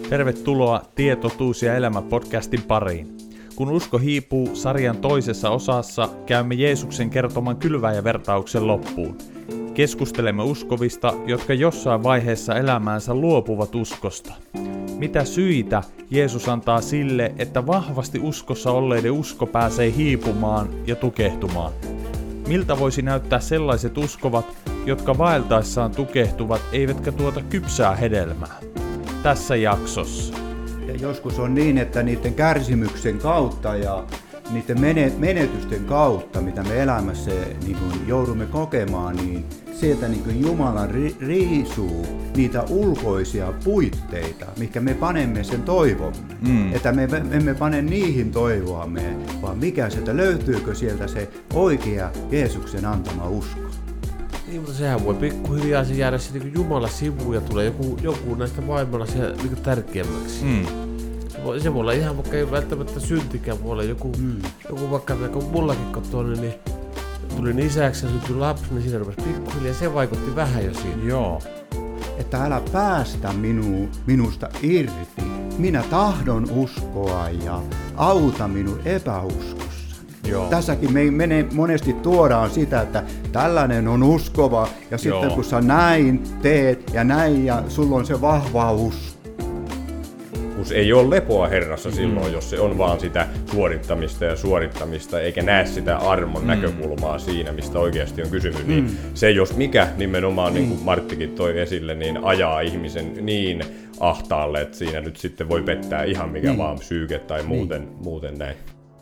Tervetuloa Tie, totuus ja elämä podcastin pariin. Kun usko hiipuu, sarjan toisessa osassa käymme Jeesuksen kertoman kylväjävertauksen loppuun. Keskustelemme uskovista, jotka jossain vaiheessa elämäänsä luopuvat uskosta. Mitä syitä Jeesus antaa sille, että vahvasti uskossa olleiden usko pääsee hiipumaan ja tukehtumaan? Miltä voisi näyttää sellaiset uskovat, jotka vaeltaessaan tukehtuvat eivätkä tuota kypsää hedelmää? Tässä jaksossa. Ja joskus on niin, että niiden kärsimyksen kautta ja niiden menetysten kautta, mitä me elämässä niin kuin joudumme kokemaan, niin sieltä niin kuin Jumala riisuu niitä ulkoisia puitteita, mihinkä me panemme sen toivomme. Että me emme pane niihin toivoamme, vaan mikä sieltä, löytyykö sieltä se oikea Jeesuksen antama usko. Niin, mutta sehän voi pikkuhiljaa jäädä se niin Jumala sivuun ja tulee joku näistä maailmalla se niin tärkeämmäksi. Se voi olla ihan, vaikka ei välttämättä syntikään, voi olla joku vaikka kun mullakin kotona, niin tulin isäksi ja syntyi lapsi, niin siinä rupesi pikkuhiljaa, se vaikutti vähän jo siinä. Joo. Että älä päästä minusta irti. Minä tahdon uskoa ja auta minun epäuskossa. Joo. Tässäkin me monesti tuodaan sitä, että tällainen on uskova ja sitten kun sä näin teet ja näin ja sulla on se vahva usko. Ei ole lepoa Herrassa silloin, jos se on vaan sitä suorittamista, eikä näe sitä armon näkökulmaa siinä, mistä oikeasti on kysymys. Niin se jos mikä nimenomaan, niin kuin Marttikin toi esille, niin ajaa ihmisen niin ahtaalle, että siinä nyt sitten voi pettää ihan mikä vaan psyyke tai muuten näin.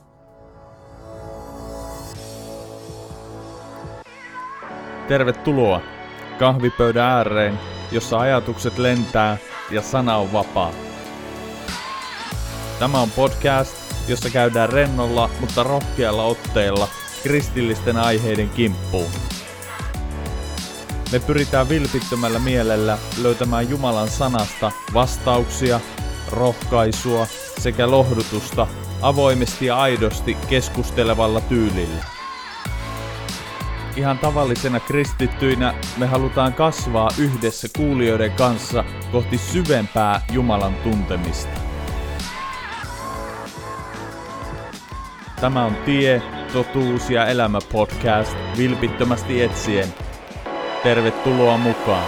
Tervetuloa kahvipöydän ääreen, jossa ajatukset lentää ja sana on vapaa. Tämä on podcast, jossa käydään rennolla, mutta rohkealla otteella kristillisten aiheiden kimppuun. Me pyritään vilpittömällä mielellä löytämään Jumalan sanasta vastauksia, rohkaisua sekä lohdutusta avoimesti ja aidosti keskustelevalla tyylillä. Ihan tavallisena kristittyinä me halutaan kasvaa yhdessä kuulijoiden kanssa kohti syvempää Jumalan tuntemista. Tämä on Tie, totuus ja elämä podcast vilpittömästi etsien. Tervetuloa mukaan!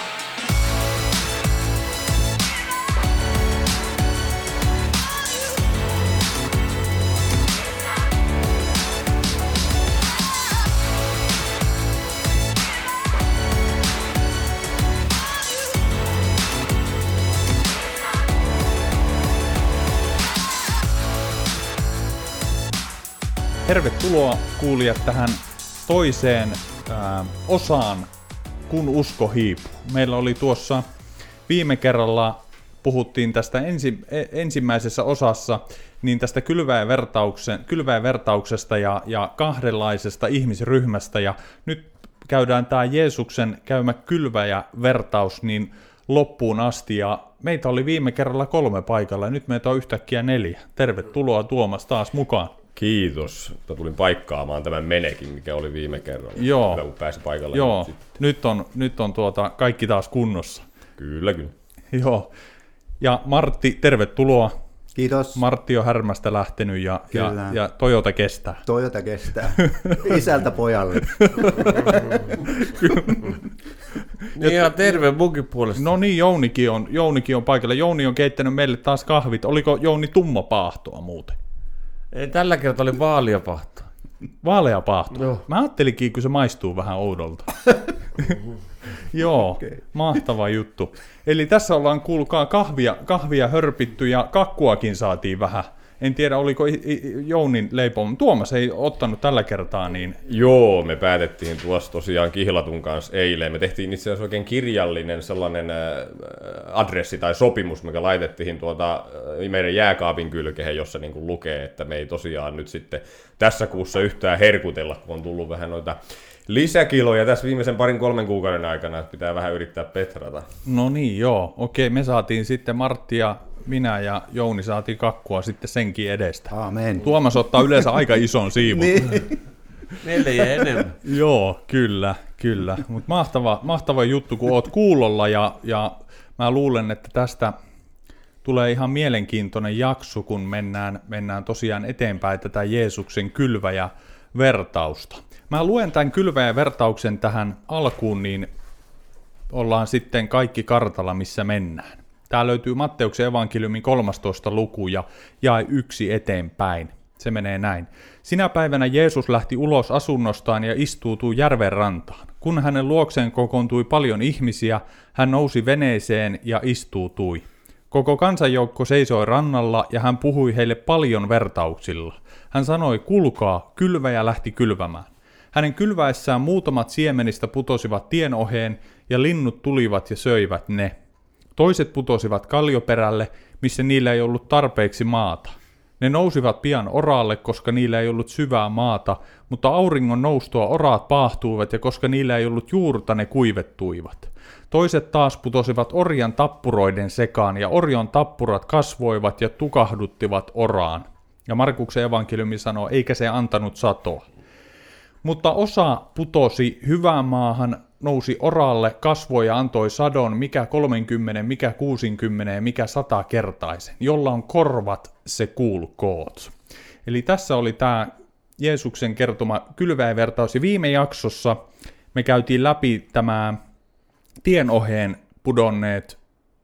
Tervetuloa kuulijat tähän toiseen osaan, kun usko hiipuu. Meillä oli tuossa viime kerralla, puhuttiin tästä ensimmäisessä osassa, niin tästä kylväjävertauksesta ja kahdenlaisesta ihmisryhmästä. Ja nyt käydään tämä Jeesuksen käymä kylväjävertaus niin loppuun asti. Ja meitä oli viime kerralla 3 paikalla ja nyt meitä on yhtäkkiä 4. Tervetuloa Tuomas taas mukaan. Kiitos. Tulin paikkaamaan tämän menekin, mikä oli viime kerralla. Joo. Hyvä, kun pääsi paikalle. Joo. Nyt on kaikki taas kunnossa. Kyllä. Joo. Ja Martti, tervetuloa. Kiitos. Martti on Härmästä lähtenyt ja Toyota kestää. Toyota kestää. Isältä pojalle. Niin ja terve munkin puolesta. No niin, Jounikin on paikalla. Jouni on keittänyt meille taas kahvit. Oliko Jouni tummapaahtoa muuten? Ei, tällä kertaa oli vaaleapahto. Vaaleapahto? Joo. Mä ajattelinkin, kun se maistuu vähän oudolta. Joo, okay. Mahtava juttu. Eli tässä ollaan, kuulkaa, kahvia hörpitty ja kakkuakin saatiin vähän. En tiedä, oliko Jounin leipoon. Tuomas ei ottanut tällä kertaa. Niin... Joo, me päätettiin tuossa tosiaan Kihlatun kanssa eilen. Me tehtiin itse asiassa oikein kirjallinen sellainen adressi tai sopimus, mikä laitettiin meidän jääkaapin kylkeen, jossa niin kuin lukee, että me ei tosiaan nyt sitten tässä kuussa yhtään herkutella, kun on tullut vähän noita lisäkiloja tässä viimeisen 2-3 kuukauden aikana, että pitää vähän yrittää petrata. No niin, joo. Okei, me saatiin sitten Martti ja minä ja Jouni saatiin kakkua sitten senkin edestä. Aamen. Tuomas ottaa yleensä aika ison siivun. Niin. Meille ei enemmän. Joo, kyllä. Mutta mahtava juttu, kun oot kuulolla ja mä luulen, että tulee ihan mielenkiintoinen jakso, kun mennään tosiaan eteenpäin tätä Jeesuksen kylväjävertausta. Mä luen tämän kylväjävertauksen tähän alkuun, niin ollaan sitten kaikki kartalla, missä mennään. Tää löytyy Matteuksen evankeliumin 13. luku ja jae 1 eteenpäin. Se menee näin. Sinä päivänä Jeesus lähti ulos asunnostaan ja istuutui järven rantaan. Kun hänen luokseen kokoontui paljon ihmisiä, hän nousi veneeseen ja istuutui. Koko kansanjoukko seisoi rannalla ja hän puhui heille paljon vertauksilla. Hän sanoi, kulkaa, kylväjä lähti kylvämään. Hänen kylväessään muutamat siemenistä putosivat tien oheen ja linnut tulivat ja söivät ne. Toiset putosivat kallioperälle, missä niillä ei ollut tarpeeksi maata. Ne nousivat pian oraalle, koska niillä ei ollut syvää maata, mutta auringon noustua oraat paahtuivat ja koska niillä ei ollut juurta, ne kuivettuivat. Toiset taas putosivat orjan tappuroiden sekaan ja orjan tappurat kasvoivat ja tukahduttivat oraan. Ja Markuksen evankeliumi sanoo, eikä se antanut satoa. Mutta osa putosi hyvään maahan, nousi oraalle, kasvoi ja antoi sadon, mikä 30, mikä 60 ja mikä 100-kertaisen. Jolla on korvat, se kuulkoot. Eli tässä oli tämä Jeesuksen kertoma kylväjävertaus. Ja viime jaksossa me käytiin läpi tämä tien oheen pudonneet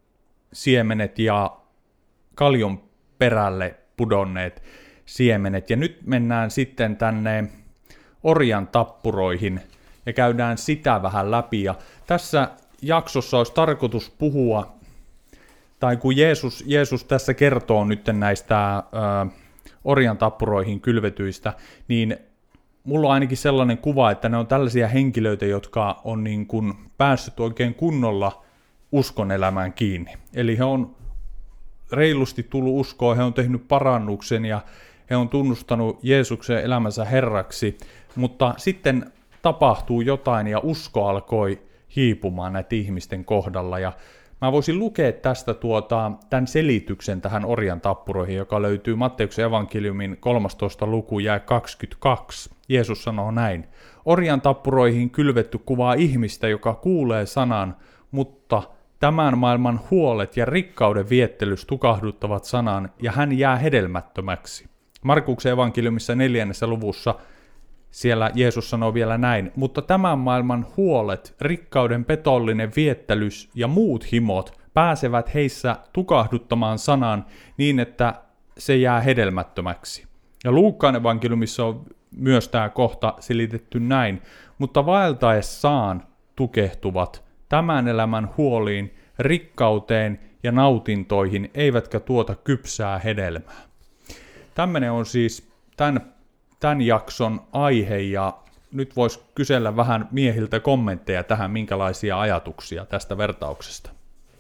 siemenet ja kaljon perälle pudonneet siemenet. Ja nyt mennään sitten tänne orjan tappuroihin ja käydään sitä vähän läpi. Ja tässä jaksossa olisi tarkoitus puhua, tai kun Jeesus tässä kertoo nyt näistä orjan tappuroihin kylvetyistä, niin mulla on ainakin sellainen kuva, että ne on tällaisia henkilöitä, jotka on niin kuin päässyt oikein kunnolla uskon elämään kiinni. Eli he on reilusti tullut uskoon, he on tehnyt parannuksen ja he on tunnustanut Jeesuksen elämänsä Herraksi, mutta sitten tapahtuu jotain ja usko alkoi hiipumaan näiden ihmisten kohdalla. Ja mä voisin lukea tästä tämän selityksen tähän orjan tappuroihin, joka löytyy Matteuksen evankeliumin 13. luku jae 22. Jeesus sanoo näin. Orjan tappuroihin kylvetty kuvaa ihmistä, joka kuulee sanan, mutta tämän maailman huolet ja rikkauden viettelys tukahduttavat sanan, ja hän jää hedelmättömäksi. Markuksen evankeliumissa 4. luvussa siellä Jeesus sanoo vielä näin, mutta tämän maailman huolet, rikkauden petollinen viettelys ja muut himot pääsevät heissä tukahduttamaan sanan niin, että se jää hedelmättömäksi. Ja Luukkaan evankeliumissa on myös tämä kohta selitetty näin, mutta vaeltaessaan tukehtuvat tämän elämän huoliin, rikkauteen ja nautintoihin, eivätkä tuota kypsää hedelmää. Tämmöinen on siis tämän jakson aihe, ja nyt voisi kysellä vähän miehiltä kommentteja tähän, minkälaisia ajatuksia tästä vertauksesta.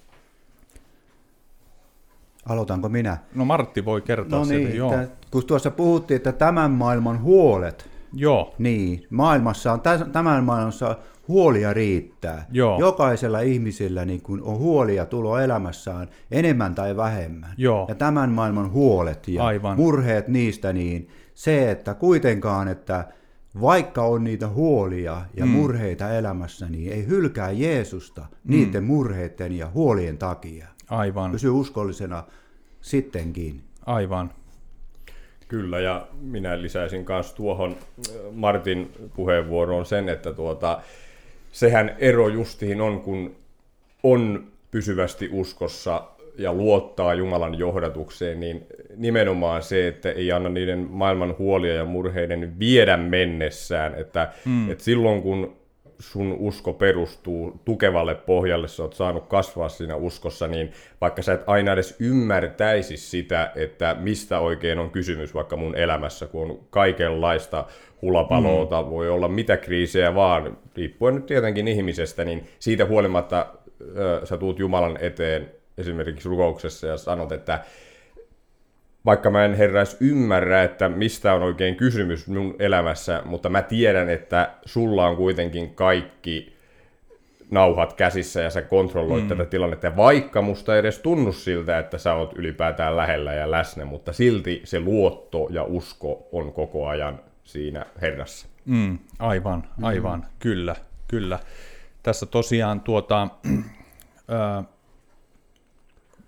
Aloitanko minä? No Martti voi kertoa niin, joo. Kun tuossa puhuttiin, että tämän maailman huolet, joo. Niin, tämän maailmassa huolia riittää. Joo. Jokaisella ihmisellä niin kun on huolia tulo elämässään enemmän tai vähemmän. Joo. Ja tämän maailman huolet ja murheet niistä, niin se, että kuitenkaan, että vaikka on niitä huolia ja murheita elämässä, niin ei hylkää Jeesusta niiden murheiden ja huolien takia. Aivan. Pysy uskollisena sittenkin. Aivan. Kyllä, ja minä lisäisin myös tuohon Martin puheenvuoroon sen, että sehän ero justiin on, kun on pysyvästi uskossa ja luottaa Jumalan johdatukseen, niin nimenomaan se, että ei anna niiden maailman huolia ja murheiden viedä mennessään, että silloin kun sun usko perustuu tukevalle pohjalle, sä oot saanut kasvaa siinä uskossa, niin vaikka sä et aina edes ymmärtäisi sitä, että mistä oikein on kysymys vaikka mun elämässä, kun on kaikenlaista hulapaloota, voi olla mitä kriisejä vaan, riippuen nyt tietenkin ihmisestä, niin siitä huolimatta sä tuut Jumalan eteen esimerkiksi rukouksessa ja sanot, että vaikka mä en Herra edes ymmärrä, että mistä on oikein kysymys minun elämässä, mutta mä tiedän, että sulla on kuitenkin kaikki nauhat käsissä ja sä kontrolloit tätä tilannetta. Ja vaikka musta ei edes tunnu siltä, että sä oot ylipäätään lähellä ja läsnä, mutta silti se luotto ja usko on koko ajan siinä Herrassa. Aivan, kyllä. Tässä tosiaan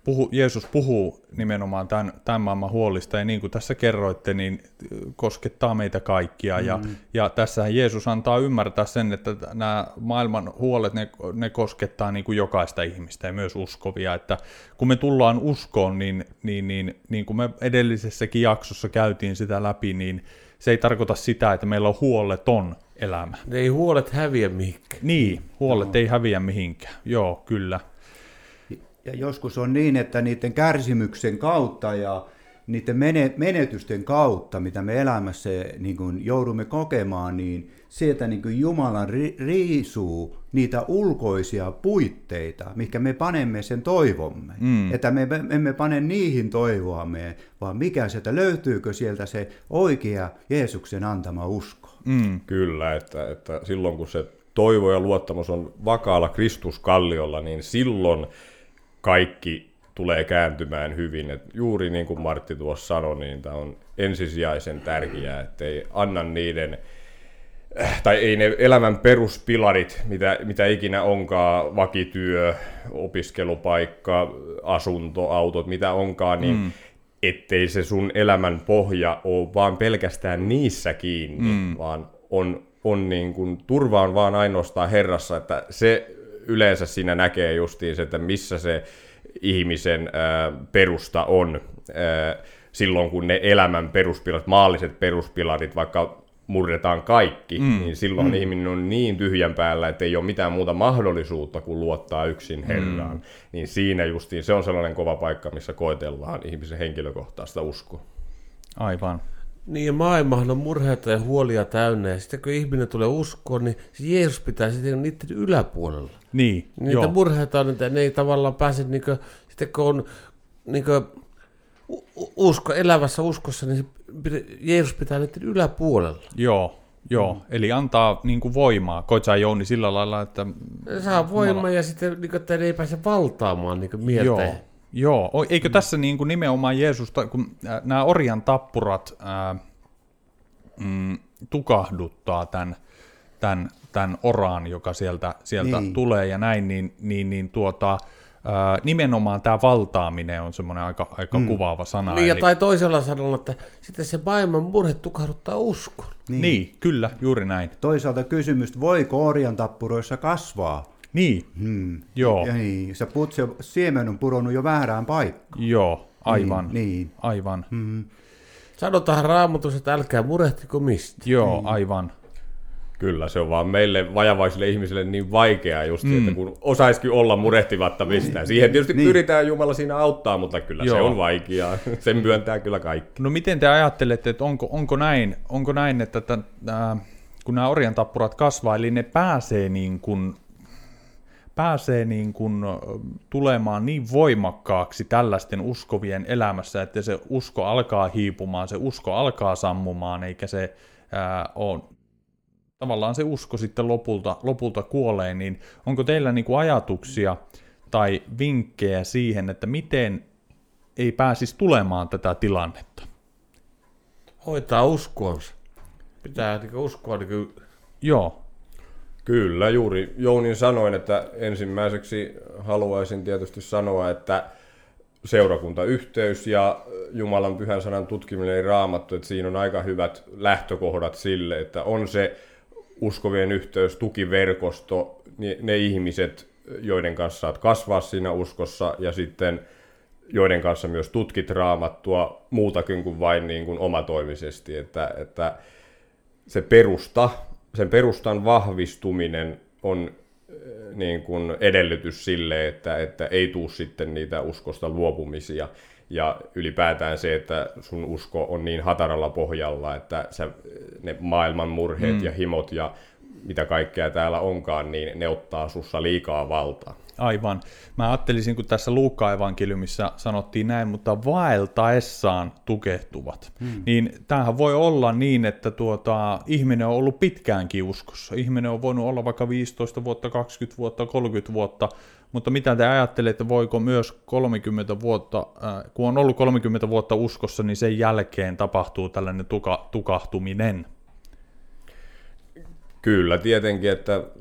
Jeesus puhuu nimenomaan tämän maailman huolista, ja niin kuin tässä kerroitte, niin koskettaa meitä kaikkia. Ja tässähän Jeesus antaa ymmärtää sen, että nämä maailman huolet, ne koskettaa niin kuin jokaista ihmistä ja myös uskovia. Että kun me tullaan uskoon, niin kuin me edellisessäkin jaksossa käytiin sitä läpi, niin se ei tarkoita sitä, että meillä on huoleton elämä. Ne ei huolet häviä mihinkään. Niin, huolet ei häviä mihinkään. Joo, kyllä. Ja joskus on niin, että niiden kärsimyksen kautta ja niiden menetysten kautta, mitä me elämässä niin kuin joudumme kokemaan, niin sieltä niin kuin Jumala riisuu niitä ulkoisia puitteita, mihinkä me panemme sen toivomme. Että me emme pane niihin toivoamme, vaan mikä sieltä, löytyykö sieltä se oikea Jeesuksen antama usko. Kyllä, että silloin kun se toivo ja luottamus on vakaalla Kristuskalliolla, niin silloin kaikki tulee kääntymään hyvin. Et juuri niin kuin Martti tuossa sanoi, niin tämä on ensisijaisen tärkeää, ettei anna niiden, tai ei ne elämän peruspilarit, mitä ikinä onkaan, vakityö, opiskelupaikka, asunto, autot, mitä onkaan, niin ettei se sun elämän pohja ole vaan pelkästään niissä kiinni, vaan on niin kuin, turva on vaan ainoastaan Herrassa, että se yleensä siinä näkee justiin se, että missä se ihmisen perusta on silloin, kun ne elämän peruspilarit, maalliset peruspilarit, vaikka murretaan kaikki, niin silloin ihminen on niin tyhjän päällä, että ei ole mitään muuta mahdollisuutta kuin luottaa yksin Herraan. Niin siinä justiin se on sellainen kova paikka, missä koetellaan ihmisen henkilökohtaista uskoa. Aivan. Niin, ja maailmahan on murheita ja huolia täynnä, ja sitten kun ihminen tulee uskoon, niin se Jeesus pitää sitten niiden yläpuolella. Niin, niitä murheita on, että ne ei tavallaan pääse, sitten kun on elävässä uskossa, niin Jeesus pitää niiden yläpuolella. Joo. Eli antaa niin kuin voimaa. Koit sä, Jouni, sillä lailla, että saa voimaa ja sitten, että ne ei pääse valtaamaan mieltä. Joo, eikö tässä niin kuin nimenomaan Jeesus, kun nämä orjan tappurat tukahduttaa tämän oraan, joka sieltä tulee ja näin, niin nimenomaan tämä valtaaminen on semmoinen aika kuvaava sana. Niin, tai toisella sanalla, että sitten se maailman murhe tukahduttaa uskon. Niin, kyllä, juuri näin. Toisaalta kysymys, voiko orjan tappuroissa kasvaa? Niin, joo. Ja niin, se siemen on pudonnut jo väärään paikkaan. Joo, aivan. Niin. Aivan. Sanotaan Raamatussa, että älkää murehtiko mistä. Joo, aivan. Kyllä, se on vaan meille vajavaisille ihmisille niin vaikeaa just, että kun osaisikin olla murehtivatta mistään. Siihen tietysti pyritään, Jumala siinä auttaa, mutta kyllä se on vaikeaa. Sen myöntää kyllä kaikki. No miten te ajattelette, että onko näin, että kun nämä orjantappurat kasvaa, eli ne pääsee niin kuin tulemaan niin voimakkaaksi tällaisten uskovien elämässä, että se usko alkaa hiipumaan, se usko alkaa sammumaan, eikä se ole, tavallaan se usko sitten lopulta kuolee, niin onko teillä niin kuin ajatuksia tai vinkkejä siihen, että miten ei pääsisi tulemaan tätä tilannetta? Hoitaa uskoonsa. Pitää uskoa. Joo. Kyllä, juuri Jounin sanoin, että ensimmäiseksi haluaisin tietysti sanoa, että seurakuntayhteys ja Jumalan pyhän sanan tutkiminen eli Raamattu, että siinä on aika hyvät lähtökohdat sille, että on se uskovien yhteys, tukiverkosto, ne ihmiset, joiden kanssa saat kasvaa siinä uskossa ja sitten joiden kanssa myös tutkit Raamattua muutakin kuin vain niin kuin omatoimisesti, että se sen perustan vahvistuminen on niin kuin edellytys sille, että ei tule sitten niitä uskosta luopumisia. Ja ylipäätään se, että sun usko on niin hataralla pohjalla, että ne maailman murheet ja himot ja mitä kaikkea täällä onkaan, niin ne ottaa sussa liikaa valtaa. Aivan. Mä ajattelisin, kun tässä Luukka-evankeliumissa sanottiin näin, mutta vaeltaessaan tukehtuvat. Niin tämähän voi olla niin, että ihminen on ollut pitkäänkin uskossa. Ihminen on voinut olla vaikka 15 vuotta, 20 vuotta, 30 vuotta, mutta mitä te ajattelette, voiko myös 30 vuotta, kun on ollut 30 vuotta uskossa, niin sen jälkeen tapahtuu tällainen tukahtuminen? Kyllä, tietenkin, että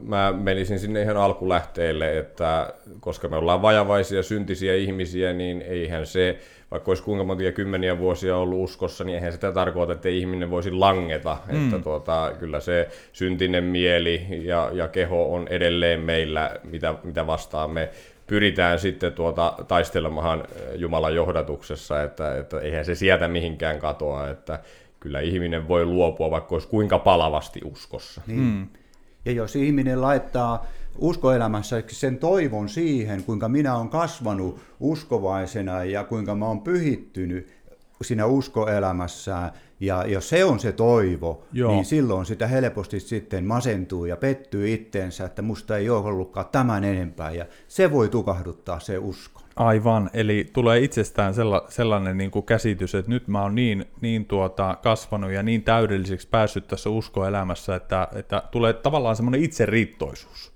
mä menisin sinne ihan alkulähteelle, että koska me ollaan vajavaisia, syntisiä ihmisiä, niin eihän se, vaikka olisi kuinka monta kymmeniä vuosia ollut uskossa, niin eihän sitä tarkoita, että ihminen voisi langeta. Että kyllä se syntinen mieli ja keho on edelleen meillä, mitä vastaan me pyritään sitten taistelemaan Jumalan johdatuksessa, että eihän se sieltä mihinkään katoa, että kyllä ihminen voi luopua, vaikka olisi kuinka palavasti uskossa. Niin. Ja jos ihminen laittaa uskoelämässä sen toivon siihen, kuinka minä olen kasvanut uskovaisena ja kuinka mä oon pyhittynyt siinä uskoelämässä, ja jos se on se toivo, niin silloin sitä helposti sitten masentuu ja pettyy itteensä, että musta ei ole ollutkaan tämän enempää, ja se voi tukahduttaa se usko. Aivan, eli tulee itsestään sellainen niin kuin käsitys, että nyt mä oon niin kasvanut ja niin täydelliseksi päässyt tässä uskoelämässä, että tulee tavallaan semmoinen itseriittoisuus.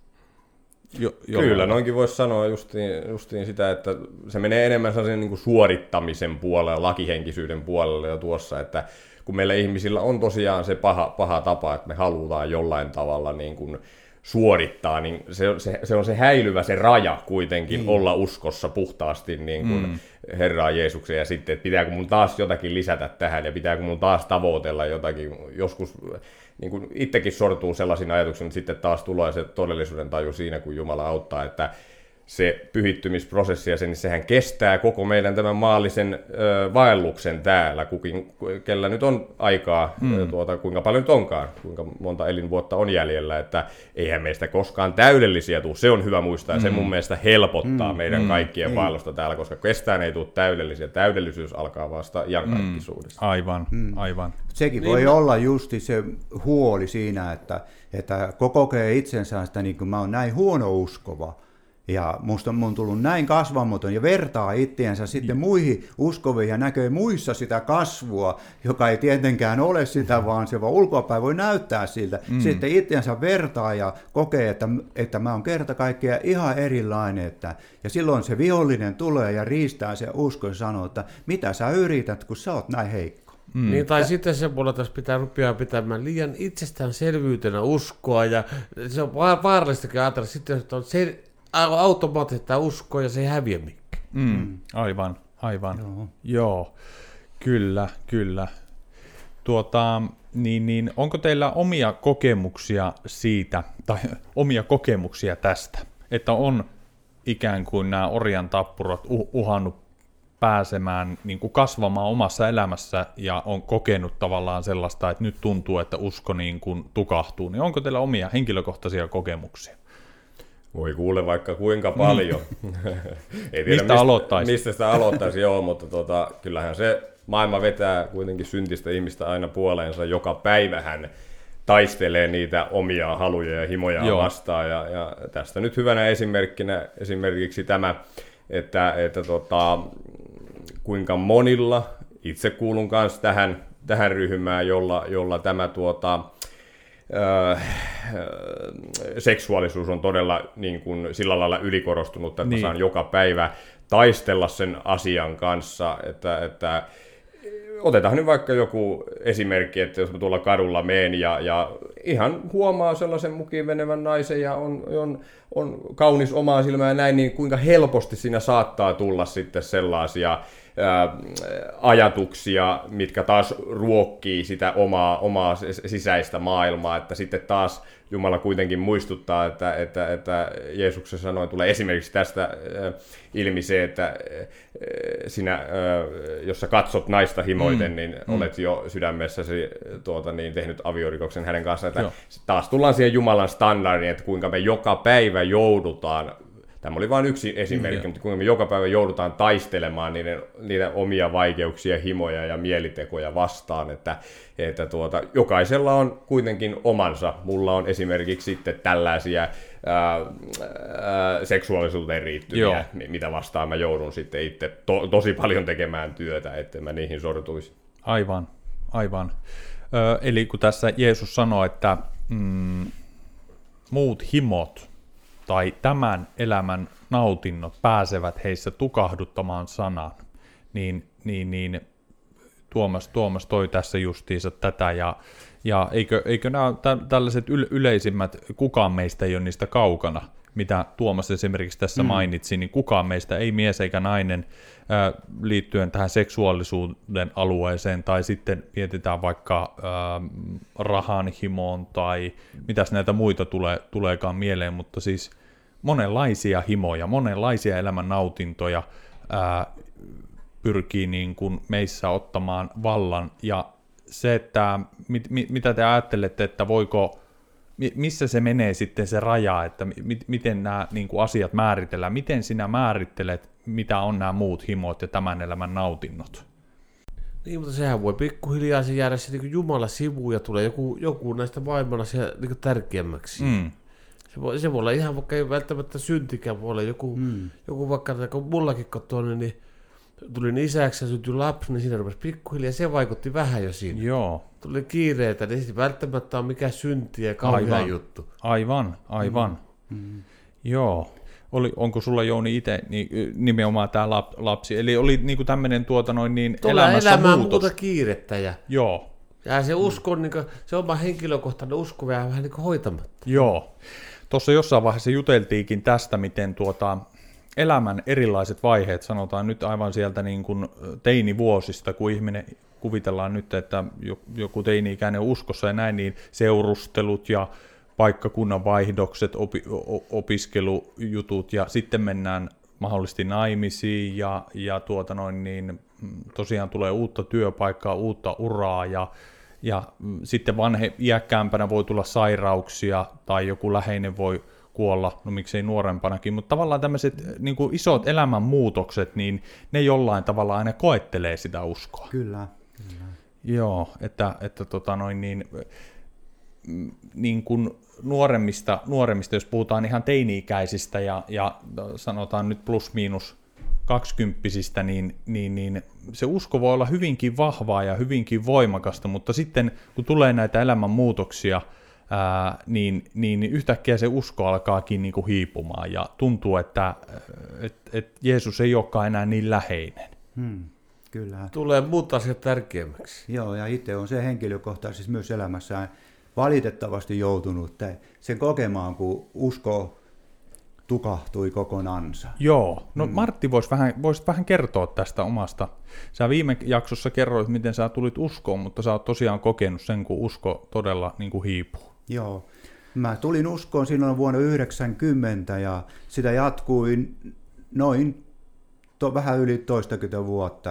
Kyllä, noinkin voisi sanoa justiin sitä, että se menee enemmän sellaisen niin kuin suorittamisen puolelle, lakihenkisyyden puolelle jo tuossa, että kun meillä ihmisillä on tosiaan se paha tapa, että me halutaan jollain tavalla niin kuin suorittaa, niin se on se häilyvä se raja kuitenkin olla uskossa puhtaasti niin kuin Herraan Jeesukseen, ja sitten, että pitääkö mun taas jotakin lisätä tähän, ja pitääkö mun taas tavoitella jotakin. Joskus niin kuin itsekin sortuu sellaisiin ajatuksiin, että sitten taas tulee se todellisuuden taju siinä, kun Jumala auttaa, että se pyhittymisprosessi, ja sehän kestää koko meidän tämän maallisen vaelluksen täällä, kellä nyt on aikaa, kuinka paljon nyt onkaan, kuinka monta elinvuotta on jäljellä, että eihän meistä koskaan täydellisiä tule. Se on hyvä muistaa, ja se mun mielestä helpottaa meidän kaikkien vaellusta täällä, koska kestään ei tule täydellisiä. Täydellisyys alkaa vasta iankaikkisuudessa. Aivan. Sekin voi olla justi se huoli siinä, että kokee itsensä sitä, niin kuin mä oon näin huono uskova. Ja musta on tullut näin kasvamaton ja vertaa itseänsä sitten muihin uskoviin ja näkee muissa sitä kasvua, joka ei tietenkään ole sitä, vaan se vaan ulkoapäin voi näyttää siltä. Sitten itseänsä vertaa ja kokee, että mä oon kerta kaikkiaan ihan erilainen. Ja silloin se vihollinen tulee ja riistää se usko ja sanoo, että mitä sä yrität, kun sä oot näin heikko. Niin, tai sitten se puolella tässä pitää rupeaa pitämään liian itsestäänselvyytenä uskoa, ja se on vaarallistakin ajatella sitten, että on automaattisesti usko ja se ei häviä mikään. Aivan. Joo, kyllä. Niin, onko teillä omia kokemuksia siitä, tai omia kokemuksia tästä, että on ikään kuin nämä orjan tappurat uhannut pääsemään, niin kuin kasvamaan omassa elämässä ja on kokenut tavallaan sellaista, että nyt tuntuu, että usko niin kuin tukahtuu, niin onko teillä omia henkilökohtaisia kokemuksia? Voi kuule vaikka kuinka paljon. Ei tiedä, mistä sitä aloittaisi, mutta kyllähän se maailma vetää kuitenkin syntistä ihmistä aina puoleensa. Joka päivä hän taistelee niitä omia haluja ja himoja vastaan. Ja tästä nyt hyvänä esimerkkinä esimerkiksi tämä, että kuinka monilla, itse kuulun kanssa tähän ryhmään, jolla tämä seksuaalisuus on todella niin kuin sillä lailla ylikorostunut, että saan joka päivä taistella sen asian kanssa, että otetaan nyt vaikka joku esimerkki, että jos mä tuolla kadulla meen ja ihan huomaa sellaisen mukiin menevän naisen ja on kaunis omaa silmää ja näin, niin kuinka helposti siinä saattaa tulla sitten sellaisia ajatuksia, mitkä taas ruokkii sitä omaa sisäistä maailmaa, että sitten taas Jumala kuitenkin muistuttaa, että Jeesuksen sanoin tulee esimerkiksi tästä ilmi se, että sinä, jos sä katsot naista himoiten, niin olet jo sydämessäsi tehnyt aviorikoksen hänen kanssaan. Että taas tullaan siihen Jumalan standardiin, että kuinka me joka päivä joudutaan, tämä oli vain yksi esimerkki, mutta kuinka me joka päivä joudutaan taistelemaan niiden omia vaikeuksia, himoja ja mielitekoja vastaan, että jokaisella on kuitenkin omansa. Mulla on esimerkiksi sitten tällaisia seksuaalisuuteen riittyviä, mitä vastaan mä joudun sitten itse tosi paljon tekemään työtä, että mä niihin sortuisi. Aivan. Eli kun tässä Jeesus sanoi, että muut himot tai tämän elämän nautinnot pääsevät heissä tukahduttamaan sanan, niin Tuomas toi tässä justiinsa tätä, Ja eikö nämä tällaiset yleisimmät, kukaan meistä ei ole niistä kaukana, mitä Tuomas esimerkiksi tässä mainitsi, niin kukaan meistä, ei mies eikä nainen, liittyen tähän seksuaalisuuden alueeseen, tai sitten mietitään vaikka rahan himoon, tai mitäs näitä muita tuleekaan mieleen, mutta siis monenlaisia himoja, monenlaisia elämän nautintoja pyrkii niin kuin meissä ottamaan vallan, ja se, että mitä te ajattelette, että missä se menee sitten se raja, että miten nämä niin kuin asiat määritellään, miten sinä määrittelet, mitä on nämä muut himot ja tämän elämän nautinnot? Niin, mutta sehän voi pikkuhiljaa se jäädä se niin Jumalan sivuun ja tulee joku näistä maailmalla se niin tärkeämmäksi. Se voi olla ihan, vaikka ei välttämättä syntikään, voi olla joku vaikka, kun mullakin kotona, niin tulin isäksi ja syntyi lapsi, niin siinä rupesi pikkuhiljaa, se vaikutti vähän jo siinä. Joo. Tuli kiireitä, niin ei välttämättä ole mikään synti ja kauhea juttu. Aivan. Joo. Onko sulla, Jouni, itse nimenomaan tämä lapsi? Eli oli niinku tämmöinen elämässä muutos. Muuta kiirettä. Joo. Ja se usko, se oma henkilökohtainen usko vähän niin kuin hoitamatta. Joo. Tuossa jossain vaiheessa juteltiinkin tästä, miten elämän erilaiset vaiheet, sanotaan nyt aivan sieltä niin kuin teinivuosista, kun ihminen kuvitellaan nyt, että joku teini-ikäinen on uskossa ja näin, niin seurustelut ja paikkakunnan vaihdokset, opiskelujutut ja sitten mennään mahdollisesti naimisiin ja tosiaan tulee uutta työpaikkaa, uutta uraa ja sitten iäkkäämpänä voi tulla sairauksia tai joku läheinen voi kuolla, no miksei nuorempanakin, mutta tavallaan tämmöiset niin kuin isot elämänmuutokset, niin ne jollain tavalla aina koettelee sitä uskoa. Kyllä. Joo, että niin kuin nuoremmista, jos puhutaan ihan teini-ikäisistä ja sanotaan nyt plus miinus 20-vuotiaista, niin se usko voi olla hyvinkin vahvaa ja hyvinkin voimakasta, mutta sitten kun tulee näitä elämänmuutoksia, niin yhtäkkiä se usko alkaakin niin kuin hiipumaan ja tuntuu, että Jeesus ei olekaan enää niin läheinen. Kyllä. Tulee muut asiat tärkeämmäksi. Joo, ja itse on se henkilökohtaisesti myös elämässään valitettavasti joutunut sen kokemaan, kun usko tukahtui kokonansa. Joo, no Martti voisit vähän kertoa tästä omasta. Sä viime jaksossa kerroit, miten sä tulit uskoon, mutta sä oot tosiaan kokenut sen, kun usko todella niin kuin hiipuu. Joo, mä tulin uskoon silloin vuonna 1990 ja sitä jatkui noin vähän yli 20 vuotta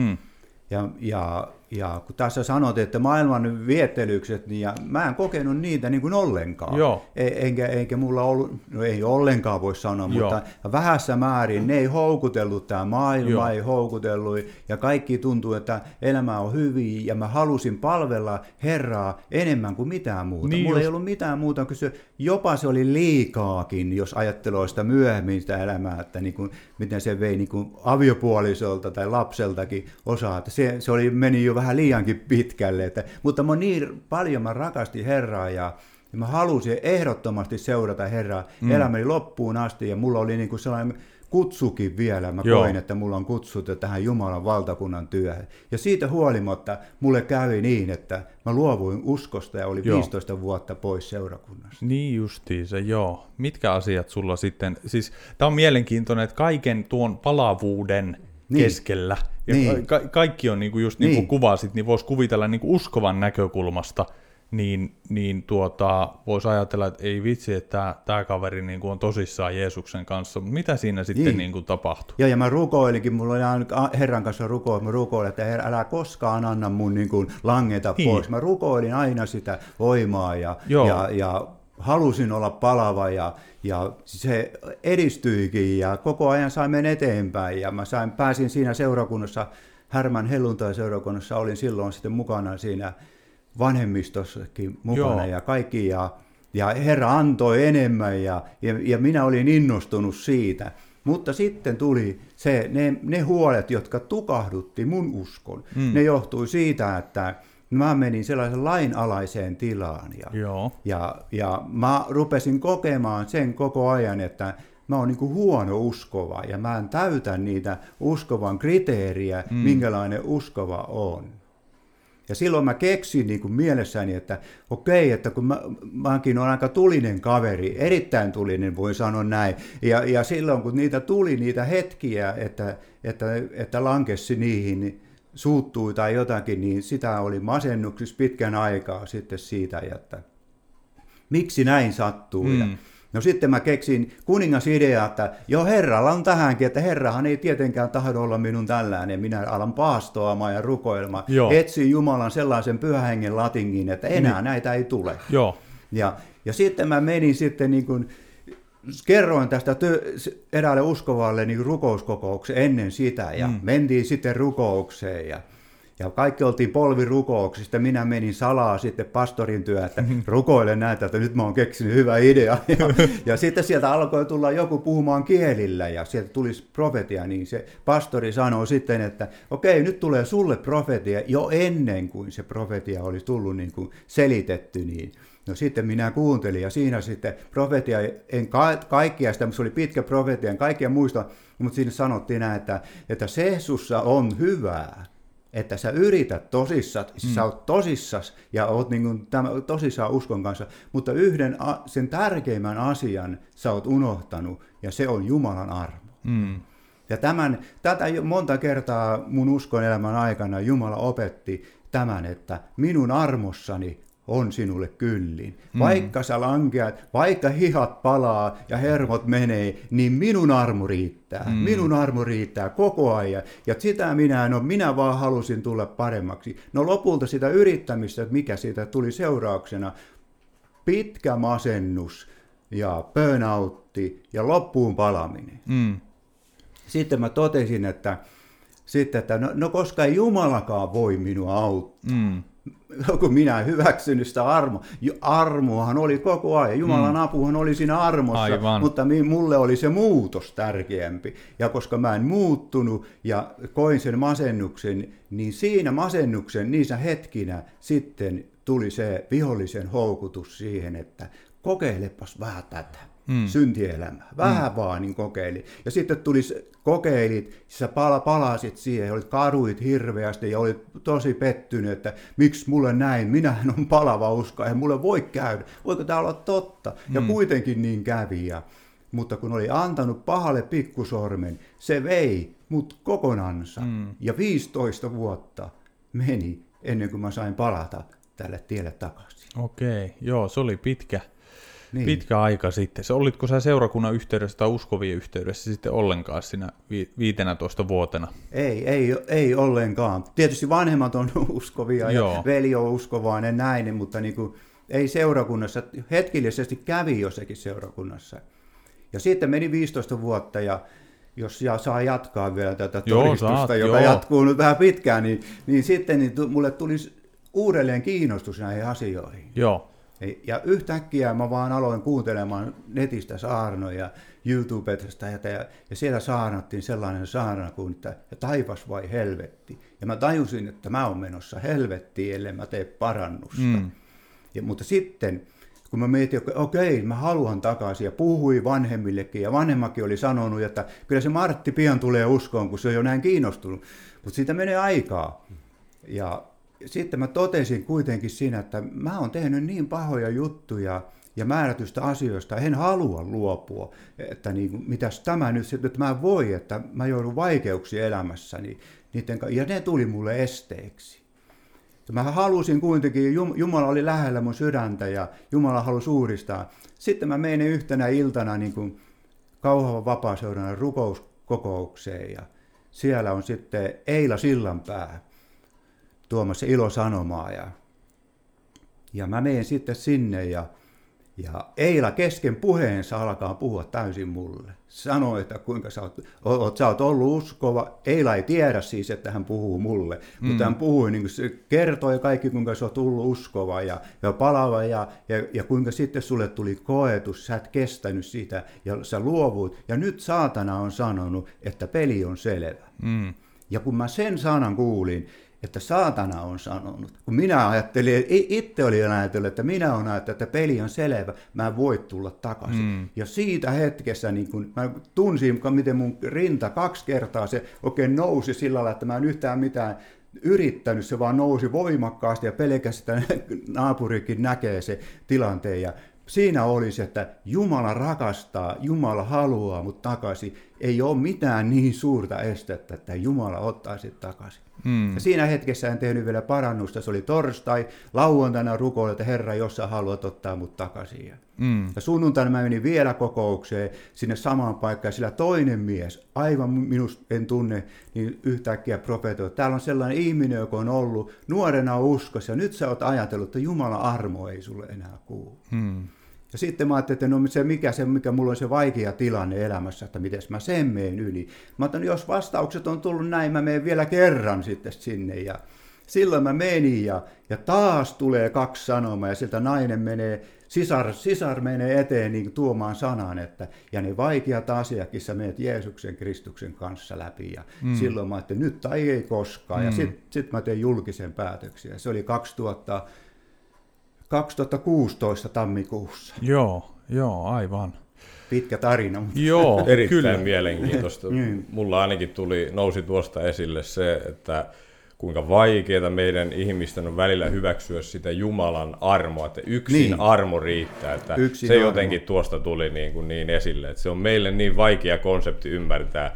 ja kun tässä sanot, että maailman viettelykset, niin mä en kokenut niitä niin kuin ollenkaan. Joo. Eikä mulla ollut, no ei ollenkaan voi sanoa, mutta vähässä määrin ne ei houkutellut, tämä maailma ei houkutellut, ja kaikki tuntuu, että elämä on hyvin, ja mä halusin palvella Herraa enemmän kuin mitään muuta. Niin mulla ei ollut mitään muuta, kun jopa se oli liikaakin, jos ajattelee sitä myöhemmin sitä elämää, että niin kuin, miten se vei niin kuin aviopuolisolta tai lapseltakin osaa, että se meni jo vähän liiankin pitkälle, mutta niin paljon mä rakastin Herraa ja mä halusin ehdottomasti seurata Herraa elämäni loppuun asti ja mulla oli niin kuin sellainen kutsukin vielä, mä koin, että mulla on kutsuttu tähän Jumalan valtakunnan työhön. Ja siitä huolimatta mulle kävi niin, että mä luovuin uskosta ja oli 15 vuotta pois seurakunnasta. Niin justiinsa, joo. Mitkä asiat sulla sitten, siis tää on mielenkiintoinen, että kaiken tuon palavuuden keskellä, ja kaikki on niinku just niin kuin kuvasit, niin voisi kuvitella niinku uskovan näkökulmasta, niin voisi ajatella, että ei vitsi, että tämä kaveri niinku on tosissaan Jeesuksen kanssa, mutta mitä siinä sitten niinku tapahtui? Ja mä rukoilinkin, mulla oli aina Herran kanssa mä rukoilin, että Herra, älä koskaan anna mun niinku langeta pois. Mä rukoilin aina sitä voimaa ja halusin olla palava ja se edistyikin ja koko ajan saimme eteenpäin ja mä pääsin siinä seurakunnassa, Härmän helluntai-seurakunnassa, olin silloin sitten mukana siinä vanhemmistossakin mukana ja kaikki ja Herra antoi enemmän ja minä olin innostunut siitä. Mutta sitten tuli ne huolet, jotka tukahdutti mun uskon. Ne johtui siitä, että mä menin sellaisen lainalaiseen tilaan ja mä rupesin kokemaan sen koko ajan, että mä oon niin kuin huono uskova ja mä en täytä niitä uskovan kriteeriä, minkälainen uskova on. Ja silloin mä keksin niin kuin mielessäni, että okei, että kun mäkin olen aika tulinen kaveri, erittäin tulinen voi sanoa näin, ja silloin kun niitä tuli niitä hetkiä, että lankesi niihin, niin suuttui tai jotakin, niin sitä oli masennuksissa pitkän aikaa sitten siitä, että miksi näin sattuu. No sitten mä keksin kuningasidea, että jo Herralla on tähänkin, että Herrahan ei tietenkään tahdo olla minun tällainen. Minä alan paastoamaan ja rukoilmaan, etsin Jumalan sellaisen pyhän hengen latingin, että enää näitä ei tule. Joo. Ja sitten mä menin sitten niin kuin, kerroin tästä eräälle uskovalle niin rukouskokoukseen ennen sitä, ja mentiin sitten rukoukseen, ja kaikki oltiin polvirukouksista. Minä menin salaa sitten pastorin työ, että rukoilen näitä, että nyt mä oon keksinyt hyvä idea. Ja sitten sieltä alkoi tulla joku puhumaan kielillä, ja sieltä tulisi profetia, niin se pastori sanoi sitten, että okei, nyt tulee sulle profetia, jo ennen kuin se profetia olisi tullut niin kuin selitetty, niin no sitten minä kuuntelin, ja siinä sitten profetia, en kaikkia sitä, mutta se oli pitkä profetia, en kaikkia muista, mutta siinä sanottiin näin, että se sussa on hyvää, että sä yrität tosissaan, sä oot tosissas ja oot niin kuin tosissaan uskon kanssa, mutta yhden sen tärkeimmän asian sä oot unohtanut, ja se on Jumalan armo. Ja tätä monta kertaa mun uskon elämän aikana Jumala opetti tämän, että minun armossani on sinulle kyllin. Vaikka sä lankeat, vaikka hihat palaa ja hermot menee, niin minun armo riittää. Minun armo riittää koko ajan. Ja sitä minä vaan halusin tulla paremmaksi. No lopulta sitä yrittämistä, että mikä siitä tuli seurauksena, pitkä masennus ja burnoutti ja loppuun palaminen. Sitten mä totesin, että no koska ei Jumalakaan voi minua auttaa. Kun minä en hyväksynyt sitä armoahan oli koko ajan, Jumalan apuhan oli siinä armossa, aivan. Mutta mulle oli se muutos tärkeämpi. Ja koska mä en muuttunut ja koin sen masennuksen, niin siinä masennuksen niissä hetkinä sitten tuli se vihollisen houkutus siihen, että kokeilepas vähän tätä. Syntielämää. Vähän vaan niin kokeili. Ja sitten kokeilit, sä palasit siihen, olit kaduit hirveästi ja olit tosi pettynyt, että miksi mulle näin, minähän on palava usko, eihän mulle voi käydä, voiko tämä olla totta? Ja kuitenkin niin kävi. Mutta kun oli antanut pahalle pikkusormen, se vei mut kokonansa. Ja 15 vuotta meni ennen kuin mä sain palata tälle tielle takaisin. Okei, joo, se oli pitkä aika sitten. Olitko sä seurakunnan yhteydessä tai uskovien yhteydessä sitten ollenkaan siinä 15 vuotena? Ei ollenkaan. Tietysti vanhemmat on uskovia ja veli on uskovainen näin, mutta niin kuin, ei seurakunnassa. Hetkellisesti kävi jossakin seurakunnassa. Ja sitten meni 15 vuotta ja jos saa jatkaa vielä tätä todistusta, joka jatkuu nyt vähän pitkään, niin sitten mulle tuli uudelleen kiinnostus näihin asioihin. Joo. Ja yhtäkkiä mä vaan aloin kuuntelemaan netistä saarnoja, YouTubesta, ja siellä saarnattiin sellainen saarna kuin, että taivas vai helvetti. Ja mä tajusin, että mä oon menossa helvettiin, ellei mä tee parannusta. Mutta sitten, kun mä mietin, että okei, mä haluan takaisin, ja puhui vanhemmillekin, ja vanhemmakin oli sanonut, että kyllä se Martti pian tulee uskoon, kun se on jo näin kiinnostunut. Mutta siitä menee aikaa. Ja sitten mä totesin kuitenkin siinä, että mä oon tehnyt niin pahoja juttuja ja määrätystä asioista, en halua luopua, että niin, mitäs tämä nyt, että mä voi, että mä joudun vaikeuksiin elämässäni, ja ne tuli mulle esteeksi. Ja mä halusin kuitenkin, Jumala oli lähellä mun sydäntä ja Jumala halusi uudistaa. Sitten mä menin yhtenä iltana niin kuin Kauhavan vapaaseurakunnan rukouskokoukseen, ja siellä on sitten Eila Sillanpää tuomassa ilosanomaa, ja mä menen sitten sinne, ja Eila kesken puheensa alkaa puhua täysin mulle. Sanoi, että kuinka sä oot ollut uskova. Eila ei tiedä siis, että hän puhuu mulle, mutta hän puhui, niin kuin se kertoi kaikki, kuinka sä oot ollut uskova ja palava, ja kuinka sitten sulle tuli koetus, sä et kestänyt sitä, ja sä luovuit, ja nyt saatana on sanonut, että peli on selvä. Ja kun mä sen sanan kuulin, että saatana on sanonut, kun minä ajattelin, itse olin ajatellut, että minä olen ajatellut, että peli on selvä, mä en voi tulla takaisin. Ja siitä hetkessä niin kun mä tunsin, miten mun rinta 2 kertaa se oikein nousi sillä lailla, että mä en yhtään mitään yrittänyt, se vaan nousi voimakkaasti ja pelkästään naapurikin näkee se tilanteen. Ja siinä oli se, että Jumala rakastaa, Jumala haluaa mut takaisin. Ei ole mitään niin suurta estettä, että Jumala ottaa sit takaisin. Ja siinä hetkessä en tehnyt vielä parannusta. Se oli torstai, lauantaina rukoilin, että Herra, jos sä haluat ottaa mut takaisin. Ja sunnuntaina mä menin vielä kokoukseen sinne samaan paikkaan, sillä toinen mies, aivan minusta en tunne, niin yhtäkkiä profeetoi, että täällä on sellainen ihminen, joka on ollut nuorena uskossa, ja nyt sä oot ajatellut, että Jumalan armo ei sulle enää kuulu. Ja sitten mä ajattelin, että no mikä mulla on se vaikea tilanne elämässä, että miten mä sen meen yli. Mä ajattelin, jos vastaukset on tullut näin, mä menen vielä kerran sitten sinne. Ja silloin mä menin ja taas tulee 2 sanomaa ja sieltä nainen menee, sisar menee eteen niin tuomaan sanan, että ja ne vaikeat asiakin sä menet Jeesuksen Kristuksen kanssa läpi. Ja silloin mä ajattelin, nyt tai ei koskaan. Ja sit mä tein julkisen päätöksiä. Se oli 2016 tammikuussa. Joo, aivan. Pitkä tarina. Joo, erittäin kyllä. mielenkiintoista. Mulla ainakin nousi tuosta esille se, että kuinka vaikeaa meidän ihmisten on välillä hyväksyä sitä Jumalan armoa, että yksin armo riittää. Että yksin se armo. jotenkin tuosta tuli niin esille, että se on meille niin vaikea konsepti ymmärtää.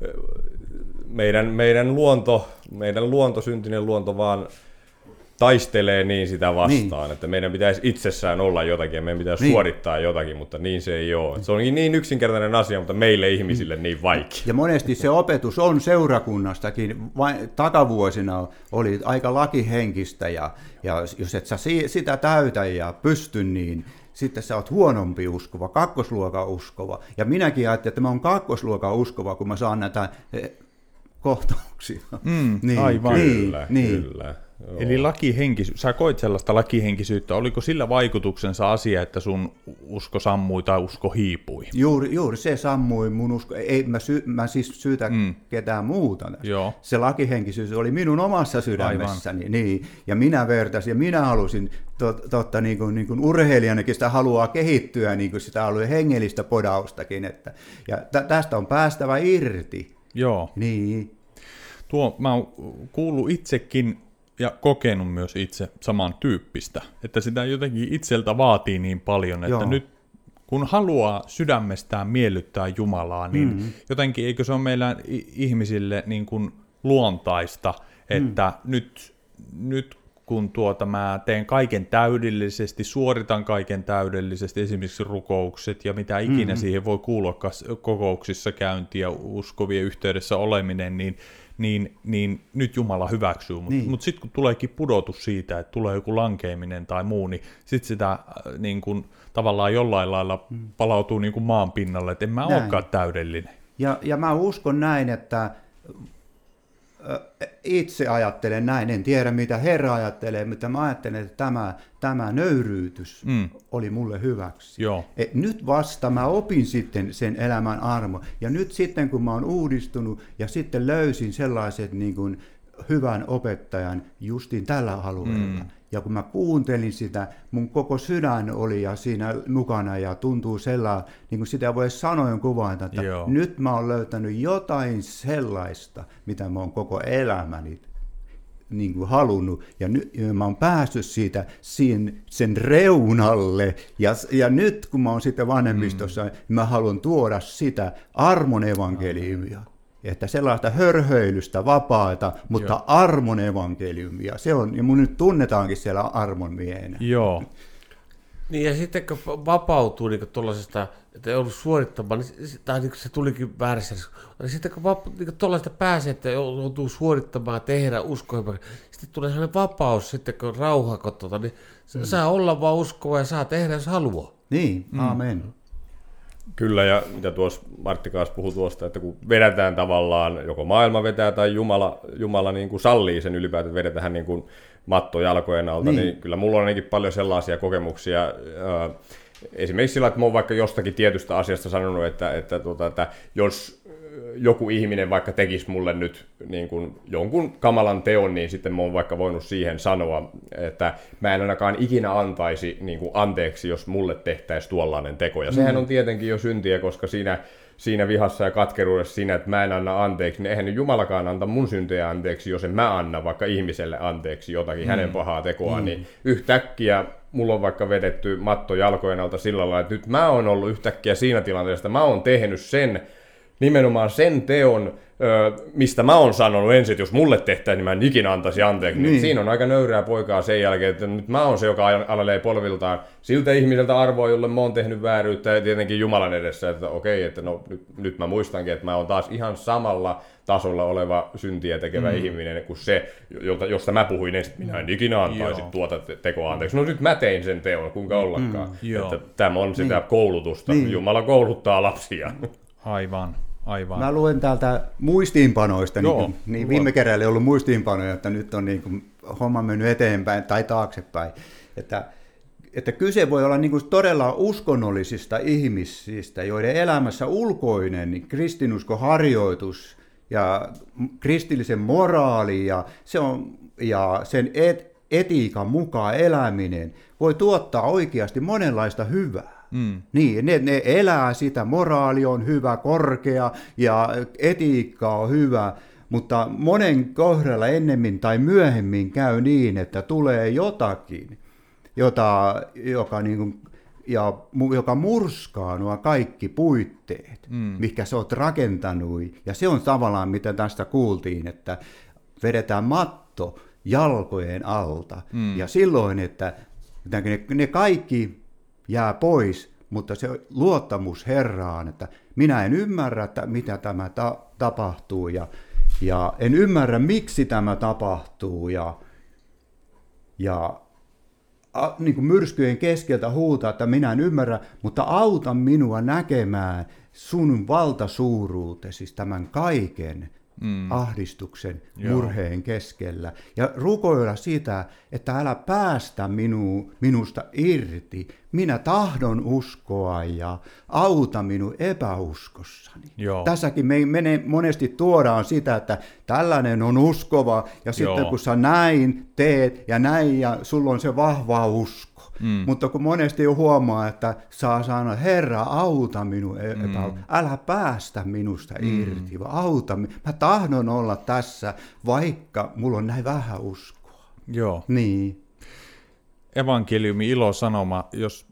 Meidän luonto, syntinen luonto vaan taistelee niin sitä vastaan, että meidän pitäisi itsessään olla jotakin ja meidän pitäisi suorittaa jotakin, mutta niin se ei ole. Se on niin yksinkertainen asia, mutta meille ihmisille niin vaikea. Ja monesti se opetus on seurakunnastakin. Takavuosina oli aika lakihenkistä ja jos et sä sitä täytä ja pysty, niin sitten sä oot huonompi uskova, kakkosluokan uskova. Ja minäkin ajattelin, että mä oon kakkosluokan uskova, kun mä saan näitä kohtauksia. Aivan. Kyllä. Joo. Eli sä koit sellaista lakihenkisyyttä. Oliko sillä vaikutuksensa asia, että sun usko sammui tai usko hiipui? Juuri se sammui mun usko. Ei mä siis syytä ketään muuta. Joo. Se lakihenkisyys oli minun omassa sydämessäni. Niin. Ja minä vertasin ja minä halusin, niin kuin urheilijanakin sitä haluaa kehittyä, niin kuin sitä alueen hengellistä podaustakin. Ja tästä on päästävä irti. Joo. Niin. Mä oon kuullut itsekin ja kokenut myös itse samantyyppistä, että sitä jotenkin itseltä vaatii niin paljon, että nyt kun haluaa sydämestään miellyttää Jumalaa, niin jotenkin eikö se ole meillä ihmisille niin kuin luontaista, että nyt kun mä teen kaiken täydellisesti, suoritan kaiken täydellisesti, esimerkiksi rukoukset ja mitä ikinä siihen voi kuulua kokouksissa käynti ja uskovien yhteydessä oleminen, niin nyt Jumala hyväksyy. Mutta sitten kun tuleekin pudotus siitä, että tulee joku lankeeminen tai muu, niin sitten sitä niin kun, tavallaan jollain lailla palautuu niin kun maan pinnalle, että en mä olekaan täydellinen. Ja mä uskon näin, että itse ajattelen näin, en tiedä mitä Herra ajattelee, mutta mä ajattelen, että tämä nöyryytys oli mulle hyväksi. Nyt vasta mä opin sitten sen elämän armo, ja nyt sitten kun mä oon uudistunut ja sitten löysin sellaiset niin kuin hyvän opettajan justiin tällä alueella, ja kun mä kuuntelin sitä, mun koko sydän oli ja siinä mukana ja tuntuu sellainen, niin kuin sitä voi sanoin kuvata, että nyt mä oon löytänyt jotain sellaista, mitä mä oon koko elämäni niin kuin halunnut, ja mä oon päässyt siitä sen reunalle, ja nyt kun mä oon sitten vanhemmistossa, niin mä haluan tuoda sitä armon evankeliumia. Että sellaista hörhöilystä vapaata, mutta armon evankeliumia. Se on, ja mun nyt tunnetaankin siellä armon miehenä. Joo. Niin ja sitten kun vapautuu niin tuollaisesta, että ei ollut suorittamaan, tai niin se tulikin väärässä. Sitten kun tuollaista pääsee, että joutuu suorittamaan, tehdä uskoa, sitten tulee sellainen vapaus, sitten kun rauha kotoa, niin saa olla vaan uskova ja saa tehdä, jos haluaa. Niin, amen. Kyllä, ja mitä tuossa Martti kanssa puhui tuosta, että kun vedetään tavallaan, joko maailma vetää tai Jumala niin kuin sallii sen ylipäätään, että vedetään niin kuin matto jalkojen alta, niin kyllä mulla on ainakin paljon sellaisia kokemuksia, esimerkiksi sillä, että mä oon vaikka jostakin tietystä asiasta sanonut, että jos joku ihminen vaikka tekisi mulle nyt niin kuin jonkun kamalan teon, niin sitten mä oon vaikka voinut siihen sanoa, että mä en ainakaan ikinä antaisi niin kuin anteeksi, jos mulle tehtäisiin tuollainen teko. Ja sehän on tietenkin jo syntiä, koska siinä vihassa ja katkeruudessa siinä, että mä en anna anteeksi, niin eihän Jumalakaan anta mun syntejä anteeksi, jos en mä anna vaikka ihmiselle anteeksi jotakin hänen pahaa tekoa, niin yhtäkkiä mulla on vaikka vedetty matto jalkojen alta sillä lailla, että nyt mä oon ollut yhtäkkiä siinä tilanteessa, että mä oon tehnyt nimenomaan sen teon, mistä mä oon sanonut ensin, että jos mulle tehtäisiin, niin mä en ikinä antaisi anteeksi. Niin. Siinä on aika nöyrää poikaa sen jälkeen, että nyt mä oon se, joka alelee polviltaan siltä ihmiseltä arvoa, jolle mä oon tehnyt vääryyttä ja tietenkin Jumalan edessä, että okei, että no nyt mä muistankin, että mä oon taas ihan samalla tasolla oleva syntiä tekevä ihminen kuin se, josta mä puhuin ensin, että minä en ikinä antaisi tuota tekoa anteeksi. No nyt mä tein sen teon, kuinka ollakaan. Että tämä on sitä koulutusta. Jumala kouluttaa lapsia. Aivan. Mä luen täältä muistiinpanoista, niin viime kerralla ei ollut muistiinpanoja, että nyt on niin kuin homma mennyt eteenpäin tai taaksepäin. Että kyse voi olla niin kuin todella uskonnollisista ihmisistä, joiden elämässä ulkoinen niin kristinuskoharjoitus ja kristillisen moraali ja sen etiikan mukaan eläminen voi tuottaa oikeasti monenlaista hyvää. Niin, ne elää sitä, moraali on hyvä, korkea ja etiikka on hyvä, mutta monen kohdalla ennemmin tai myöhemmin käy niin, että tulee jotakin, joka murskaa nuo kaikki puitteet, mikä sä oot rakentanut. Ja se on tavallaan, mitä tästä kuultiin, että vedetään matto jalkojen alta. Ja silloin, että ne kaikki jää pois, mutta se luottamus Herraan, että minä en ymmärrä, että mitä tämä tapahtuu ja en ymmärrä, miksi tämä tapahtuu ja niin kuin myrskyjen keskeltä huutaa, että minä en ymmärrä, mutta auta minua näkemään sun valtasuuruutesi tämän kaiken ahdistuksen, murheen keskellä. Ja rukoilla sitä, että älä päästä minusta irti. Minä tahdon uskoa ja auta minun epäuskossani. Tässäkin me monesti tuodaan sitä, että tällainen on uskova ja sitten kun sä näin teet ja näin ja sulla on se vahva usko. Mutta kun monesti jo huomaa, että saa sanoa, Herra, auta minun älä päästä minusta irti, vaan auta minua. Mä tahdon olla tässä, vaikka mulla on näin vähän uskoa. Joo. Niin. Evankeliumin ilosanoma,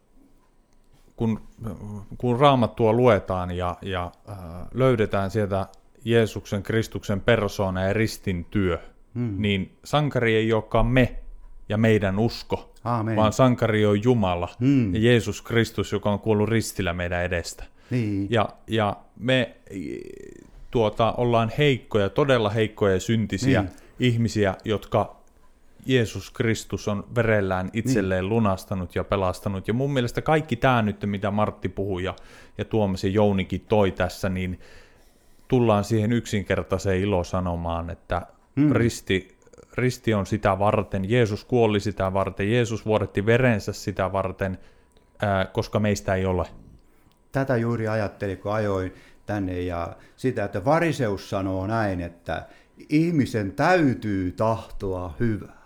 kun Raamattua luetaan ja löydetään sieltä Jeesuksen Kristuksen persoona ja ristin työ, niin sankari ei olekaan me ja meidän usko, Aamen. vaan sankari on Jumala ja Jeesus Kristus, joka on kuollut ristillä meidän edestä. Niin. Ja me ollaan heikkoja, todella heikkoja ja syntisiä ihmisiä, jotka Jeesus Kristus on verellään itselleen lunastanut ja pelastanut. Ja mun mielestä kaikki tämä nyt, mitä Martti puhui ja Tuomas ja Jounikin toi tässä, niin tullaan siihen yksinkertaiseen ilosanomaan, että risti on sitä varten, Jeesus kuoli sitä varten, Jeesus vuodetti verensä sitä varten, koska meistä ei ole. Tätä juuri ajattelin, kun ajoin tänne, ja sitä, että Variseus sanoo näin, että ihmisen täytyy tahtoa hyvää.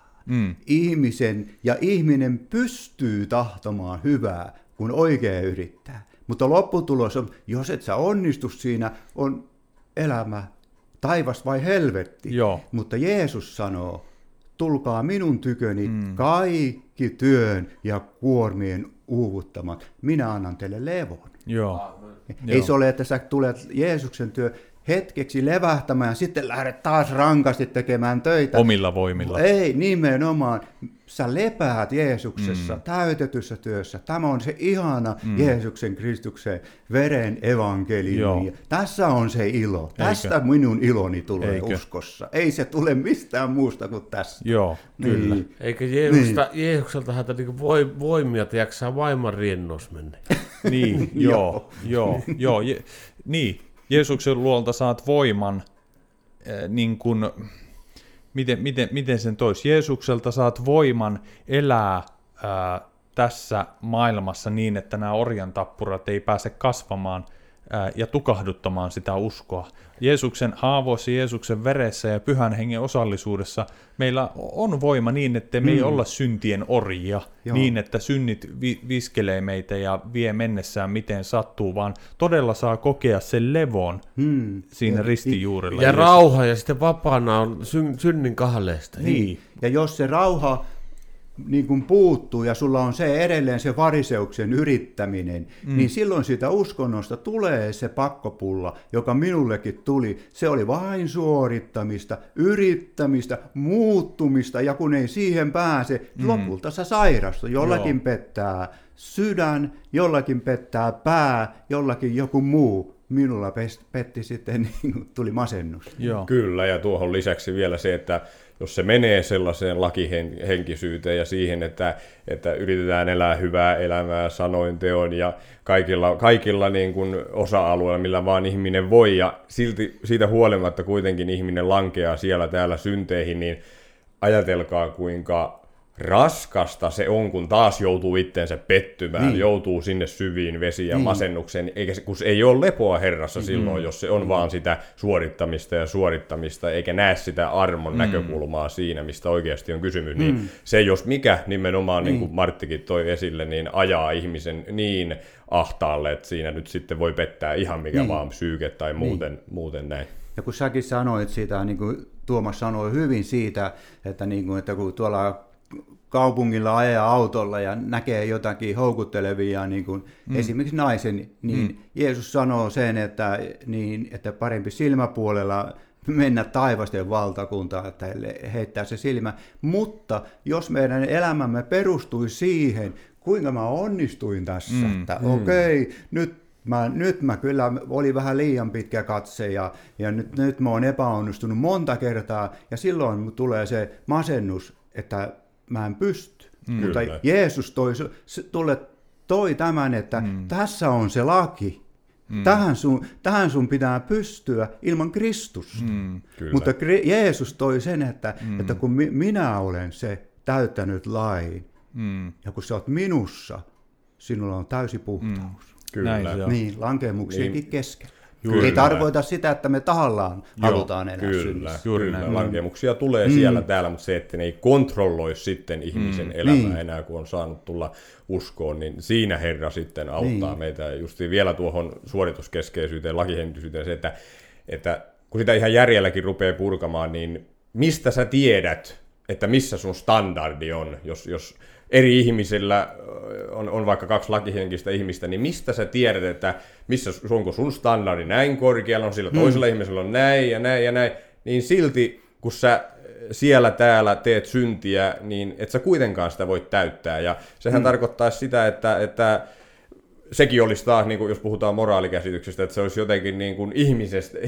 Ihminen pystyy tahtomaan hyvää, kun oikein yrittää. Mutta lopputulos on, jos et sä onnistu siinä, on elämä taivas vai helvetti. Joo. Mutta Jeesus sanoo, tulkaa minun tyköni kaikki työn ja kuormien uuvuttamat. Minä annan teille levon. Joo. Ei se ole, että sä tulet Jeesuksen työ hetkeksi levähtämään ja sitten lähdet taas rankasti tekemään töitä. Omilla voimilla. Ei, nimenomaan. Sä lepäät Jeesuksessa, täytetyssä työssä. Tämä on se ihana Jeesuksen Kristuksen veren evankeliumi. Tässä on se ilo. Tästä minun iloni tulee uskossa. Ei se tule mistään muusta kuin tästä. Joo, kyllä. Niin. Eikä Jeesukselta häntä niinku voimia, että jaksaa maailman riennos mennä. Niin, joo. Niin, Jeesuksen luolta saat voiman, niin kuin, miten sen toisi? Jeesukselta saat voiman elää tässä maailmassa niin, että nämä orjantappurat ei pääse kasvamaan ja tukahduttamaan sitä uskoa. Jeesuksen haavoissa, Jeesuksen veressä ja Pyhän Hengen osallisuudessa meillä on voima niin, että me ei olla syntien orjia, niin että synnit viskelee meitä ja vie mennessään miten sattuu, vaan todella saa kokea sen levon siinä ristijuurella. Ja rauha ja sitten vapaana on synnin kahleesta. Niin. Ja jos se rauha niin kuin puuttuu ja sulla on se edelleen se fariseuksen yrittäminen, niin silloin siitä uskonnosta tulee se pakkopulla, joka minullekin tuli. Se oli vain suorittamista, yrittämistä, muuttumista, ja kun ei siihen pääse, lopulta sä sairastut. Jollakin pettää sydän, jollakin pettää pää, jollakin joku muu. Minulla petti sitten, niin tuli masennus. Joo. Kyllä, ja tuohon lisäksi vielä se, että jos se menee sellaiseen lakihenkisyyteen ja siihen, että yritetään elää hyvää elämää sanoin teon ja kaikilla niin kuin osa-alueilla, millä vaan ihminen voi, ja silti siitä huolimatta kuitenkin ihminen lankeaa siellä täällä synteihin, niin ajatelkaa kuinka raskasta se on, kun taas joutuu itteensä pettymään, joutuu sinne syviin vesiin ja masennukseen, kun ei ole lepoa Herrassa silloin, jos se on vaan sitä suorittamista, eikä näe sitä armon näkökulmaa siinä, mistä oikeasti on kysymys, niin se jos mikä nimenomaan, niin kuin Marttikin toi esille, niin ajaa ihmisen niin ahtaalle, että siinä nyt sitten voi pettää ihan mikä vaan psyyke tai muuten näin. Ja kun säkin sanoit sitä, niin kuin Tuomas sanoi hyvin siitä, että, niin kuin, että kun tuolla kaupungilla ajaa autolla ja näkee jotakin houkuttelevia, niin kuin esimerkiksi naisen, niin Jeesus sanoo sen, että parempi silmäpuolella mennä taivasten valtakuntaan, että heittää se silmä. Mutta jos meidän elämämme perustui siihen, kuinka mä onnistuin tässä, että okei, nyt mä kyllä oli vähän liian pitkä katse ja nyt mä oon epäonnistunut monta kertaa, ja silloin tulee se masennus, että mä en pysty. Mutta Jeesus toi tämän, että tässä on se laki. Tähän sun pitää pystyä ilman Kristusta. Mutta Jeesus toi sen, että kun minä olen se täyttänyt lain, ja kun sä oot minussa, sinulla on täysi puhtaus. Kyllä. Niin, lankemuksienkin kesken. Ei tarkoita sitä, että me tahallaan halutaan elää synnissä. Kyllä. Lankemuksia tulee siellä täällä, mutta se, että ne ei kontrolloi sitten ihmisen elämää enää, kun on saanut tulla uskoon, niin siinä Herra sitten auttaa meitä. Justiin vielä tuohon suorituskeskeisyyteen, lakihenkisyyteen se, että kun sitä ihan järjelläkin rupeaa purkamaan, niin mistä sä tiedät, että missä sun standardi on, jos eri ihmisillä on vaikka 2 lakihenkistä ihmistä, niin mistä sä tiedät, että onko sun standardi näin korkealla, on sillä toisella ihmisellä on näin ja näin ja näin, niin silti kun sä siellä täällä teet syntiä, niin et sä kuitenkaan sitä voit täyttää. Ja sehän tarkoittaa sitä, että sekin olisi taas, niin kuin jos puhutaan moraalikäsityksestä, että se olisi jotenkin niin kuin ihmisestä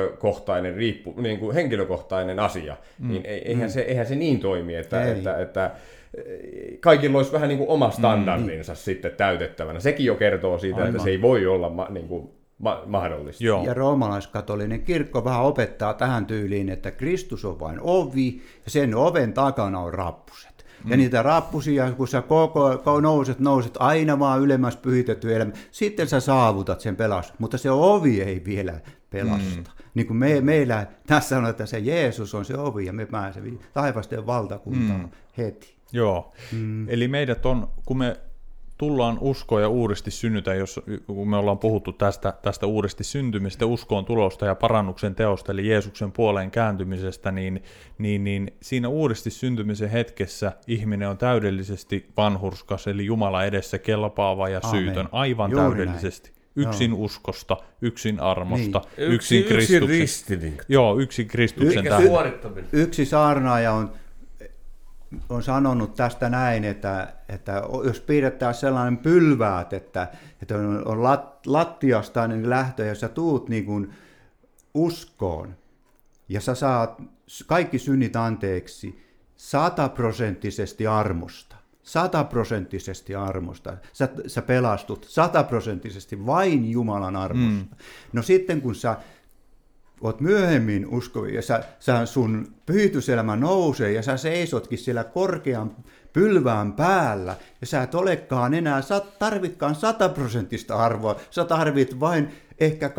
henkilökohtainen asia, niin eihän se niin toimi, että kaikilla olisi vähän niin kuin oma standardinsa sitten täytettävänä. Sekin jo kertoo siitä, että se ei voi olla niin kuin mahdollista. Joo. Ja roomalaiskatolinen kirkko vähän opettaa tähän tyyliin, että Kristus on vain ovi, ja sen oven takana on rappuset. Ja niitä rappusia, kun sä nouset aina vaan ylemmäs pyhitetty elämä, sitten sä saavutat sen pelastus, mutta se ovi ei vielä pelasta. Niin kuin meillä tässä sanotaan, että se Jeesus on se ovi, ja me pääsemme taivasten valtakuntaan heti. Joo, eli meidät on, kun me tullaan uskoon ja uudesti synnytä, kun me ollaan puhuttu tästä uudesti syntymistä, uskoon tulosta ja parannuksen teosta, eli Jeesuksen puoleen kääntymisestä, niin siinä uudesti syntymisen hetkessä ihminen on täydellisesti vanhurskas, eli Jumala edessä kelpaava ja syytön, aivan juuri täydellisesti. Näin. Yksin uskosta, yksin armosta, yksin Kristuksen. Yksin Kristuksen suorittaminen. Yksi saarnaaja on sanonut tästä näin, että jos piirretään sellainen pylväät, että on lattiastainen lähtö, ja sä tuut niin kuin uskoon, ja sä saat kaikki synnit anteeksi 100% armosta. 100% armosta. Sä pelastut 100% vain Jumalan armosta. No sitten kun sä oot myöhemmin uskovi ja sun pyhityselämä nousee ja sä seisotkin siellä korkean pylvään päällä, ja sä et olekaan enää, tarvitkaan 100% arvoa, sä tarvit vain ehkä 85%,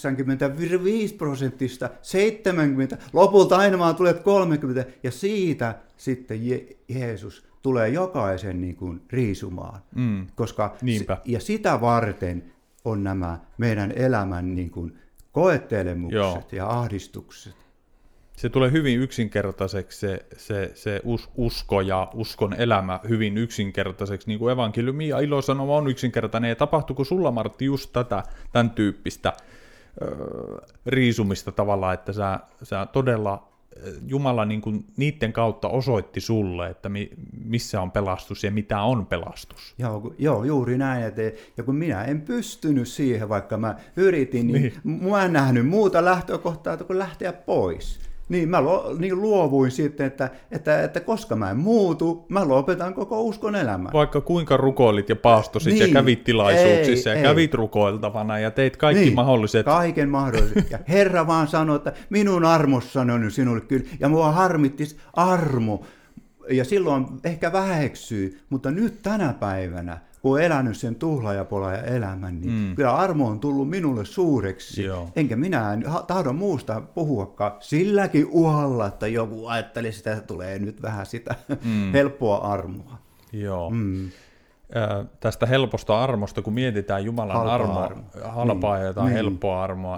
70%, lopulta aina vaan tulet 30%, ja siitä sitten Jeesus tulee jokaisen niin kuin riisumaan. Koska ja sitä varten on nämä meidän elämän niin kuin koettelemukset ja ahdistukset. Se tulee hyvin yksinkertaiseksi, se usko ja uskon elämä hyvin yksinkertaiseksi, niin kuin evankeliumi ja ilosanoma on yksinkertainen. Ja tapahtuiko sulla, Martti, just tämän tyyppistä riisumista tavallaan, että sä todella, Jumala niin kuin niiden kautta osoitti sulle, että missä on pelastus ja mitä on pelastus? Joo, juuri näin. Ja kun minä en pystynyt siihen, vaikka mä yritin, niin mä en nähnyt muuta lähtökohtaa kuin lähteä pois. Niin mä luovuin sitten, että koska mä en muutu, mä lopetan koko uskon elämän. Vaikka kuinka rukoilit ja paastosit ja kävit tilaisuuksissa ja kävit rukoiltavana ja teit kaikki mahdolliset. Kaiken mahdolliset. Ja Herra vaan sanoi, että minun armossani on sinulle kyllä. Ja mua harmitti armo. Ja silloin ehkä väheksyy, mutta nyt tänä päivänä, kun olen elänyt sen tuhlaajapolan elämän, niin kyllä armo on tullut minulle suureksi. Joo. Enkä minä tahdo muusta puhuakaan silläkin uhalla, että joku ajatteli sitä, että tulee nyt vähän sitä helppoa armoa. Joo. Tästä helposta armosta, kun mietitään Jumalan halpaa ja jotain helppoa armoa,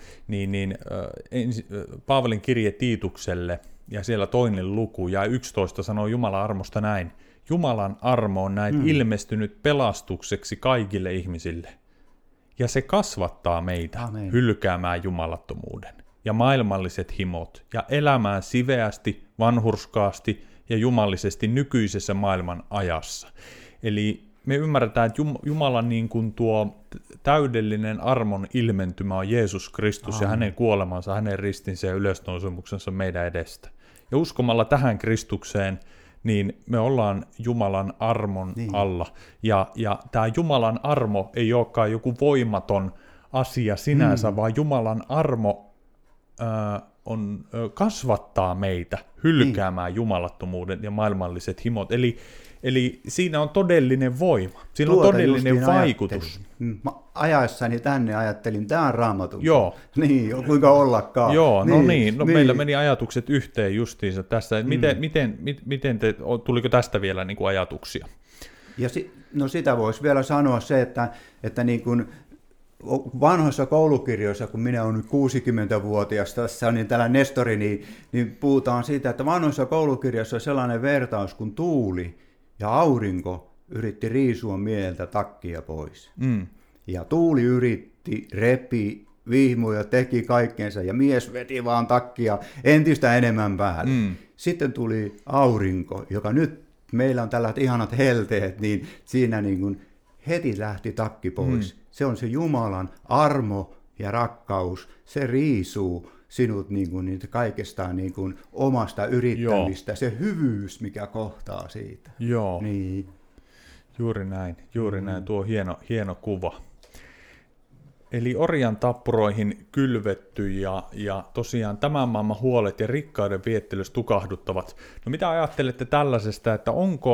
Paavalin kirje Tiitukselle, ja siellä 2. luku ja 11 sanoo Jumalan armosta näin. Jumalan armo on näin ilmestynyt pelastukseksi kaikille ihmisille. Ja se kasvattaa meitä hylkäämään jumalattomuuden ja maailmalliset himot ja elämään siveästi, vanhurskaasti ja jumallisesti nykyisessä maailman ajassa. Eli me ymmärretään, että Jumalan niin kuin tuo täydellinen armon ilmentymä on Jeesus Kristus ja hänen kuolemansa, hänen ristinsä ja ylösnousemuksensa meidän edestä. Ja uskomalla tähän Kristukseen, niin me ollaan Jumalan armon alla. Ja tämä Jumalan armo ei olekaan joku voimaton asia sinänsä, vaan Jumalan armo kasvattaa meitä hylkäämään jumalattomuuden ja maailmalliset himot. Eli siinä on todellinen voima, siinä on todellinen vaikutus. Ajaessani tänne ajattelin, tämä on Raamatun. Joo. Niin, kuinka ollakaan. Joo, meillä meni ajatukset yhteen justiinsa tässä. Miten tuliko tästä vielä niin kuin ajatuksia? Ja sitä voisi vielä sanoa se, että niin kuin vanhoissa koulukirjoissa, kun minä olen nyt 60-vuotias, tässä on niin tällainen Nestori, niin puhutaan siitä, että vanhoissa koulukirjoissa on sellainen vertaus, kun tuuli ja aurinko yritti riisua mieheltä takkia pois. Ja tuuli yritti, repi, vihmui ja teki kaikkeensa, ja mies veti vaan takkia entistä enemmän päälle. Sitten tuli aurinko, joka nyt, meillä on tällaiset ihanat helteet, niin siinä niin kuin heti lähti takki pois. Se on se Jumalan armo ja rakkaus, se riisuu sinut niin kuin kaikesta niin kuin omasta yrittämistä, se hyvyys, mikä kohtaa siitä. Joo, niin. Juuri näin, tuo hieno kuva. Eli orjan tappuroihin kylvetty ja tosiaan tämän maailman huolet ja rikkauden viettelys tukahduttavat. No mitä ajattelette tällaisesta, että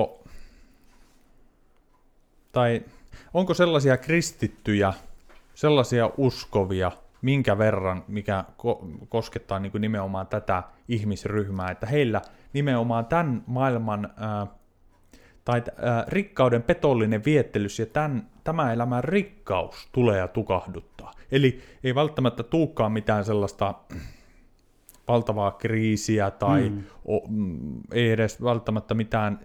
onko sellaisia kristittyjä, sellaisia uskovia, minkä verran, mikä koskettaa niin kuin nimenomaan tätä ihmisryhmää, että heillä nimenomaan tämän maailman rikkauden petollinen viettelys ja tämä elämän rikkaus tulee ja tukahduttaa. Eli ei välttämättä tulekaan mitään sellaista valtavaa kriisiä tai ei edes välttämättä mitään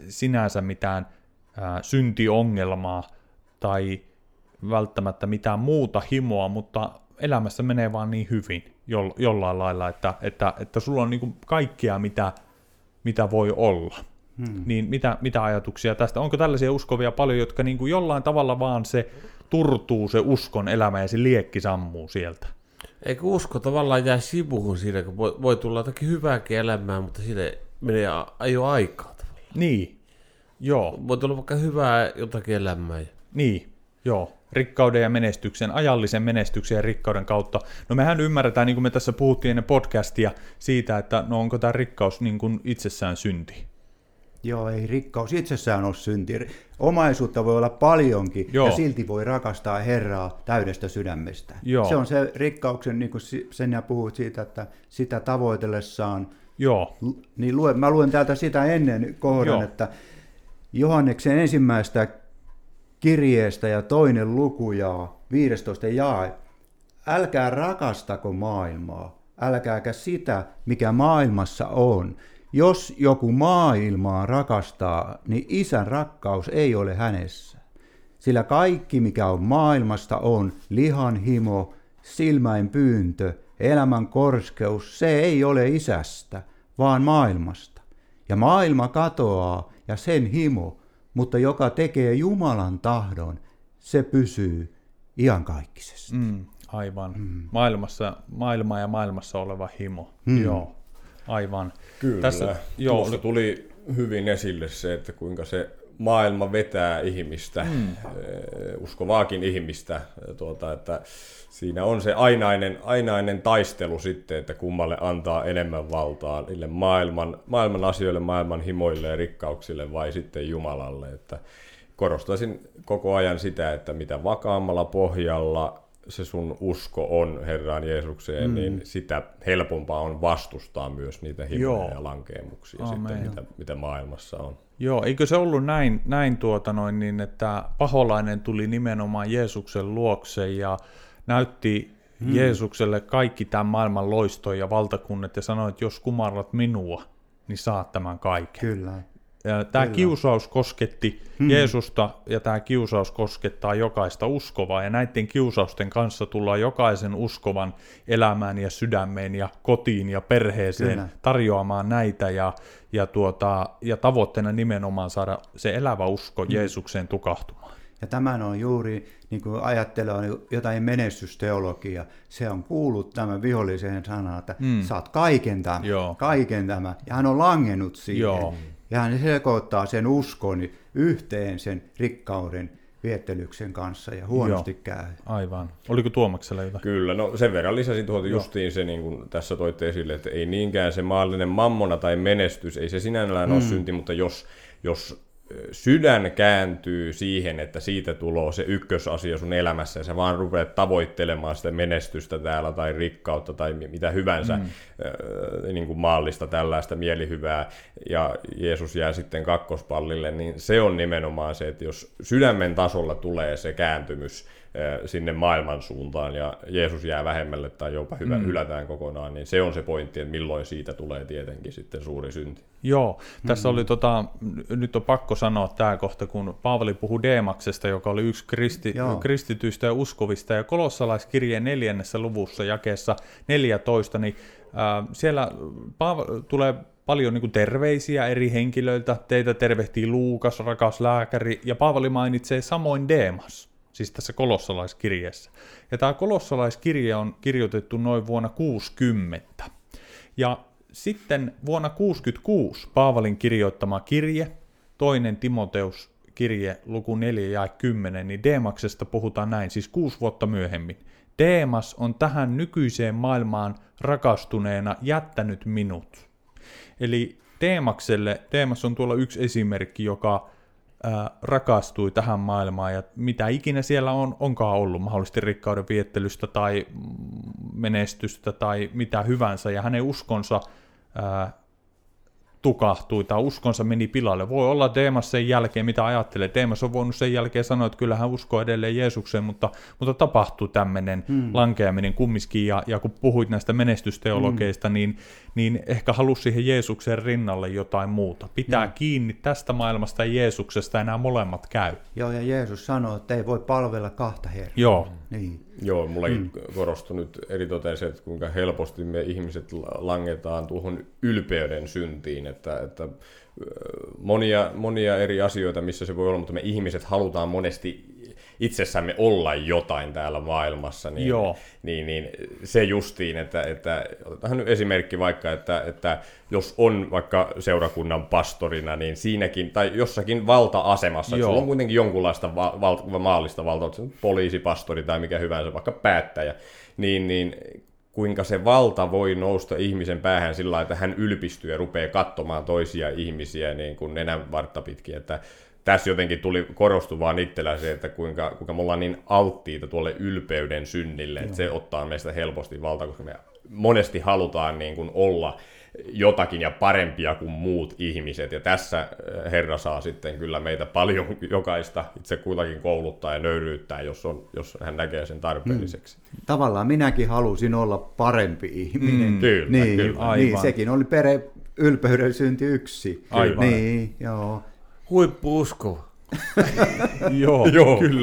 syntiongelmaa tai välttämättä mitään muuta himoa, mutta elämässä menee vaan niin hyvin jollain lailla, että sulla on niin kuin kaikkea, mitä voi olla. Niin mitä ajatuksia tästä? Onko tällaisia uskovia paljon, jotka niin kuin jollain tavalla vaan se turtuu se uskon elämä ja se liekki sammuu sieltä? Eikö usko tavallaan jää sivuun siinä, kun voi tulla jotakin hyvääkin elämää, mutta siinä menee jo aikaa tavallaan. Niin, joo. Voi tulla vaikka hyvää jotakin elämää. Niin, joo. Rikkauden ja menestyksen, ajallisen menestyksen ja rikkauden kautta. No mehän ymmärretään, niin kuin me tässä puhuttiin ennen podcastia, siitä, että no onko tämä rikkaus niin kuin itsessään synti? Joo, ei rikkaus itsessään ole synti. Omaisuutta voi olla paljonkin ja silti voi rakastaa Herraa täydestä sydämestä. Joo. Se on se rikkauksen, niin kuin sen ja puhuit siitä, että sitä tavoitellessaan. Joo. Niin mä luen täältä sitä ennen kohdan, että Johanneksen ensimmäistä kirjeestä ja 2. luku ja 15 jae. Älkää rakastako maailmaa, älkääkä sitä, mikä maailmassa on. Jos joku maailmaa rakastaa, niin Isän rakkaus ei ole hänessä. Sillä kaikki, mikä on maailmasta, on lihan himo, silmäin pyyntö, elämän korskeus, se ei ole Isästä, vaan maailmasta. Ja maailma katoaa ja sen himo, mutta joka tekee Jumalan tahdon, se pysyy iankaikkisesti. Aivan. Maailma ja maailmassa oleva himo. Joo, aivan. Kyllä. Tuossa tuli hyvin esille se, että kuinka se maailma vetää ihmistä, uskovaakin ihmistä, että siinä on se ainainen taistelu sitten, että kummalle antaa enemmän valtaa, niille maailman asioille, maailman himoille ja rikkauksille vai sitten Jumalalle. Että korostaisin koko ajan sitä, että mitä vakaammalla pohjalla se sun usko on Herraan Jeesukseen, niin sitä helpompaa on vastustaa myös niitä himoja ja lankeemuksia sitten, mitä maailmassa on. Joo, eikö se ollut näin niin, että paholainen tuli nimenomaan Jeesuksen luokse ja näytti Jeesukselle kaikki tämän maailman loistoja ja valtakunnat ja sanoi, että jos kumarrat minua, niin saat tämän kaiken. Kyllä. Tämä kiusaus kosketti Jeesusta ja tämä kiusaus koskettaa jokaista uskovaa ja näiden kiusausten kanssa tullaan jokaisen uskovan elämään ja sydämeen ja kotiin ja perheeseen tarjoamaan näitä ja tavoitteena nimenomaan saada se elävä usko Jeesukseen tukahtumaan. Ja tämän on juuri, niin kuin ajattelee jotain menestysteologiaa, se on kuullut tämän viholliseen sanaan, että saat kaiken tämän, ja hän on langennut siihen. Joo. Ja hän sekoittaa sen uskon yhteen sen rikkauden viettelyksen kanssa ja huonosti käy. Aivan. Oliko Tuomaksella jotain? Kyllä, no sen verran lisäsin justiin se, niin kuin tässä toitte esille, että ei niinkään se maallinen mammona tai menestys, ei se sinällään ole synti, mutta jos sydän kääntyy siihen, että siitä tulee se ykkösasia sun elämässä ja sä vaan rupeat tavoittelemaan sitä menestystä täällä tai rikkautta tai mitä hyvänsä niin kuin maallista tällaista mielihyvää ja Jeesus jää sitten kakkospallille, niin se on nimenomaan se, että jos sydämen tasolla tulee se kääntymys sinne maailman suuntaan ja Jeesus jää vähemmälle tai jopa hylätään kokonaan, niin se on se pointti, että milloin siitä tulee tietenkin sitten suuri synti. Joo, tässä oli nyt on pakko sanoa tämä kohta, kun Paavali puhui Deemaksesta, joka oli yksi kristityistä ja uskovista, ja Kolossalaiskirjeen 4. luvussa jakeessa 14, niin siellä tulee paljon niin kuin terveisiä eri henkilöiltä, teitä tervehtii Luukas, rakas lääkäri, ja Paavali mainitsee samoin Deemas. Siis tässä kolossalaiskirjeessä. Ja tämä kolossalaiskirje on kirjoitettu noin vuonna 60. Ja sitten vuonna 66 Paavalin kirjoittama kirje, 2. Timoteus-kirje, luku 4 ja 10, niin Deemaksesta puhutaan näin, siis 6 vuotta myöhemmin. Deemas on tähän nykyiseen maailmaan rakastuneena jättänyt minut. Eli Deemas on tuolla yksi esimerkki, joka rakastui tähän maailmaan ja mitä ikinä siellä onkaan ollut, mahdollisesti rikkauden viettelystä tai menestystä tai mitä hyvänsä, ja hänen uskonsa tukahtui tai uskonsa meni pilalle. Voi olla Deemas sen jälkeen, mitä ajattelee. Deemas on voinut sen jälkeen sanoa, että kyllä hän uskoo edelleen Jeesukseen, mutta tapahtui tämmöinen lankeaminen kumminkin, ja kun puhuit näistä menestysteologeista, niin ehkä halusi siihen Jeesuksen rinnalle jotain muuta. Pitää kiinni tästä maailmasta ja Jeesuksesta, ja nämä molemmat käy. Joo, ja Jeesus sanoo, että ei voi palvella kahta Herraa. Joo. Niin. Joo, mullakin korostui nyt eritoten se, että kuinka helposti me ihmiset langetaan tuohon ylpeyden syntiin, että monia eri asioita, missä se voi olla, mutta me ihmiset halutaan monesti itsessämme olla jotain täällä maailmassa, niin se justiin, että otetaan nyt esimerkki vaikka, että jos on vaikka seurakunnan pastorina, niin siinäkin, tai jossakin valta-asemassa, että sulla on kuitenkin jonkunlaista maallista valtaa, poliisipastori tai mikä hyvänsä, vaikka päättäjä, niin kuinka se valta voi nousta ihmisen päähän sillä lailla, että hän ylpistyy ja rupeaa katsomaan toisia ihmisiä niin kuin nenän vartta pitkin. Että tässä jotenkin tuli korostuvaan itsellä se, että kuinka me ollaan niin alttiita tuolle ylpeyden synnille, että se ottaa meistä helposti valtaa, koska me monesti halutaan niin kuin olla jotakin ja parempia kuin muut ihmiset. Ja tässä Herra saa sitten kyllä meitä paljon jokaista itse kuitenkin kouluttaa ja nöyryyttää, jos hän näkee sen tarpeelliseksi. Tavallaan minäkin halusin olla parempi ihminen. Kyllä, niin, kyllä. Niin, sekin oli ylpeyden synti 1. Aivan. Niin, joo. Huippu-usko. Joo, kyllä.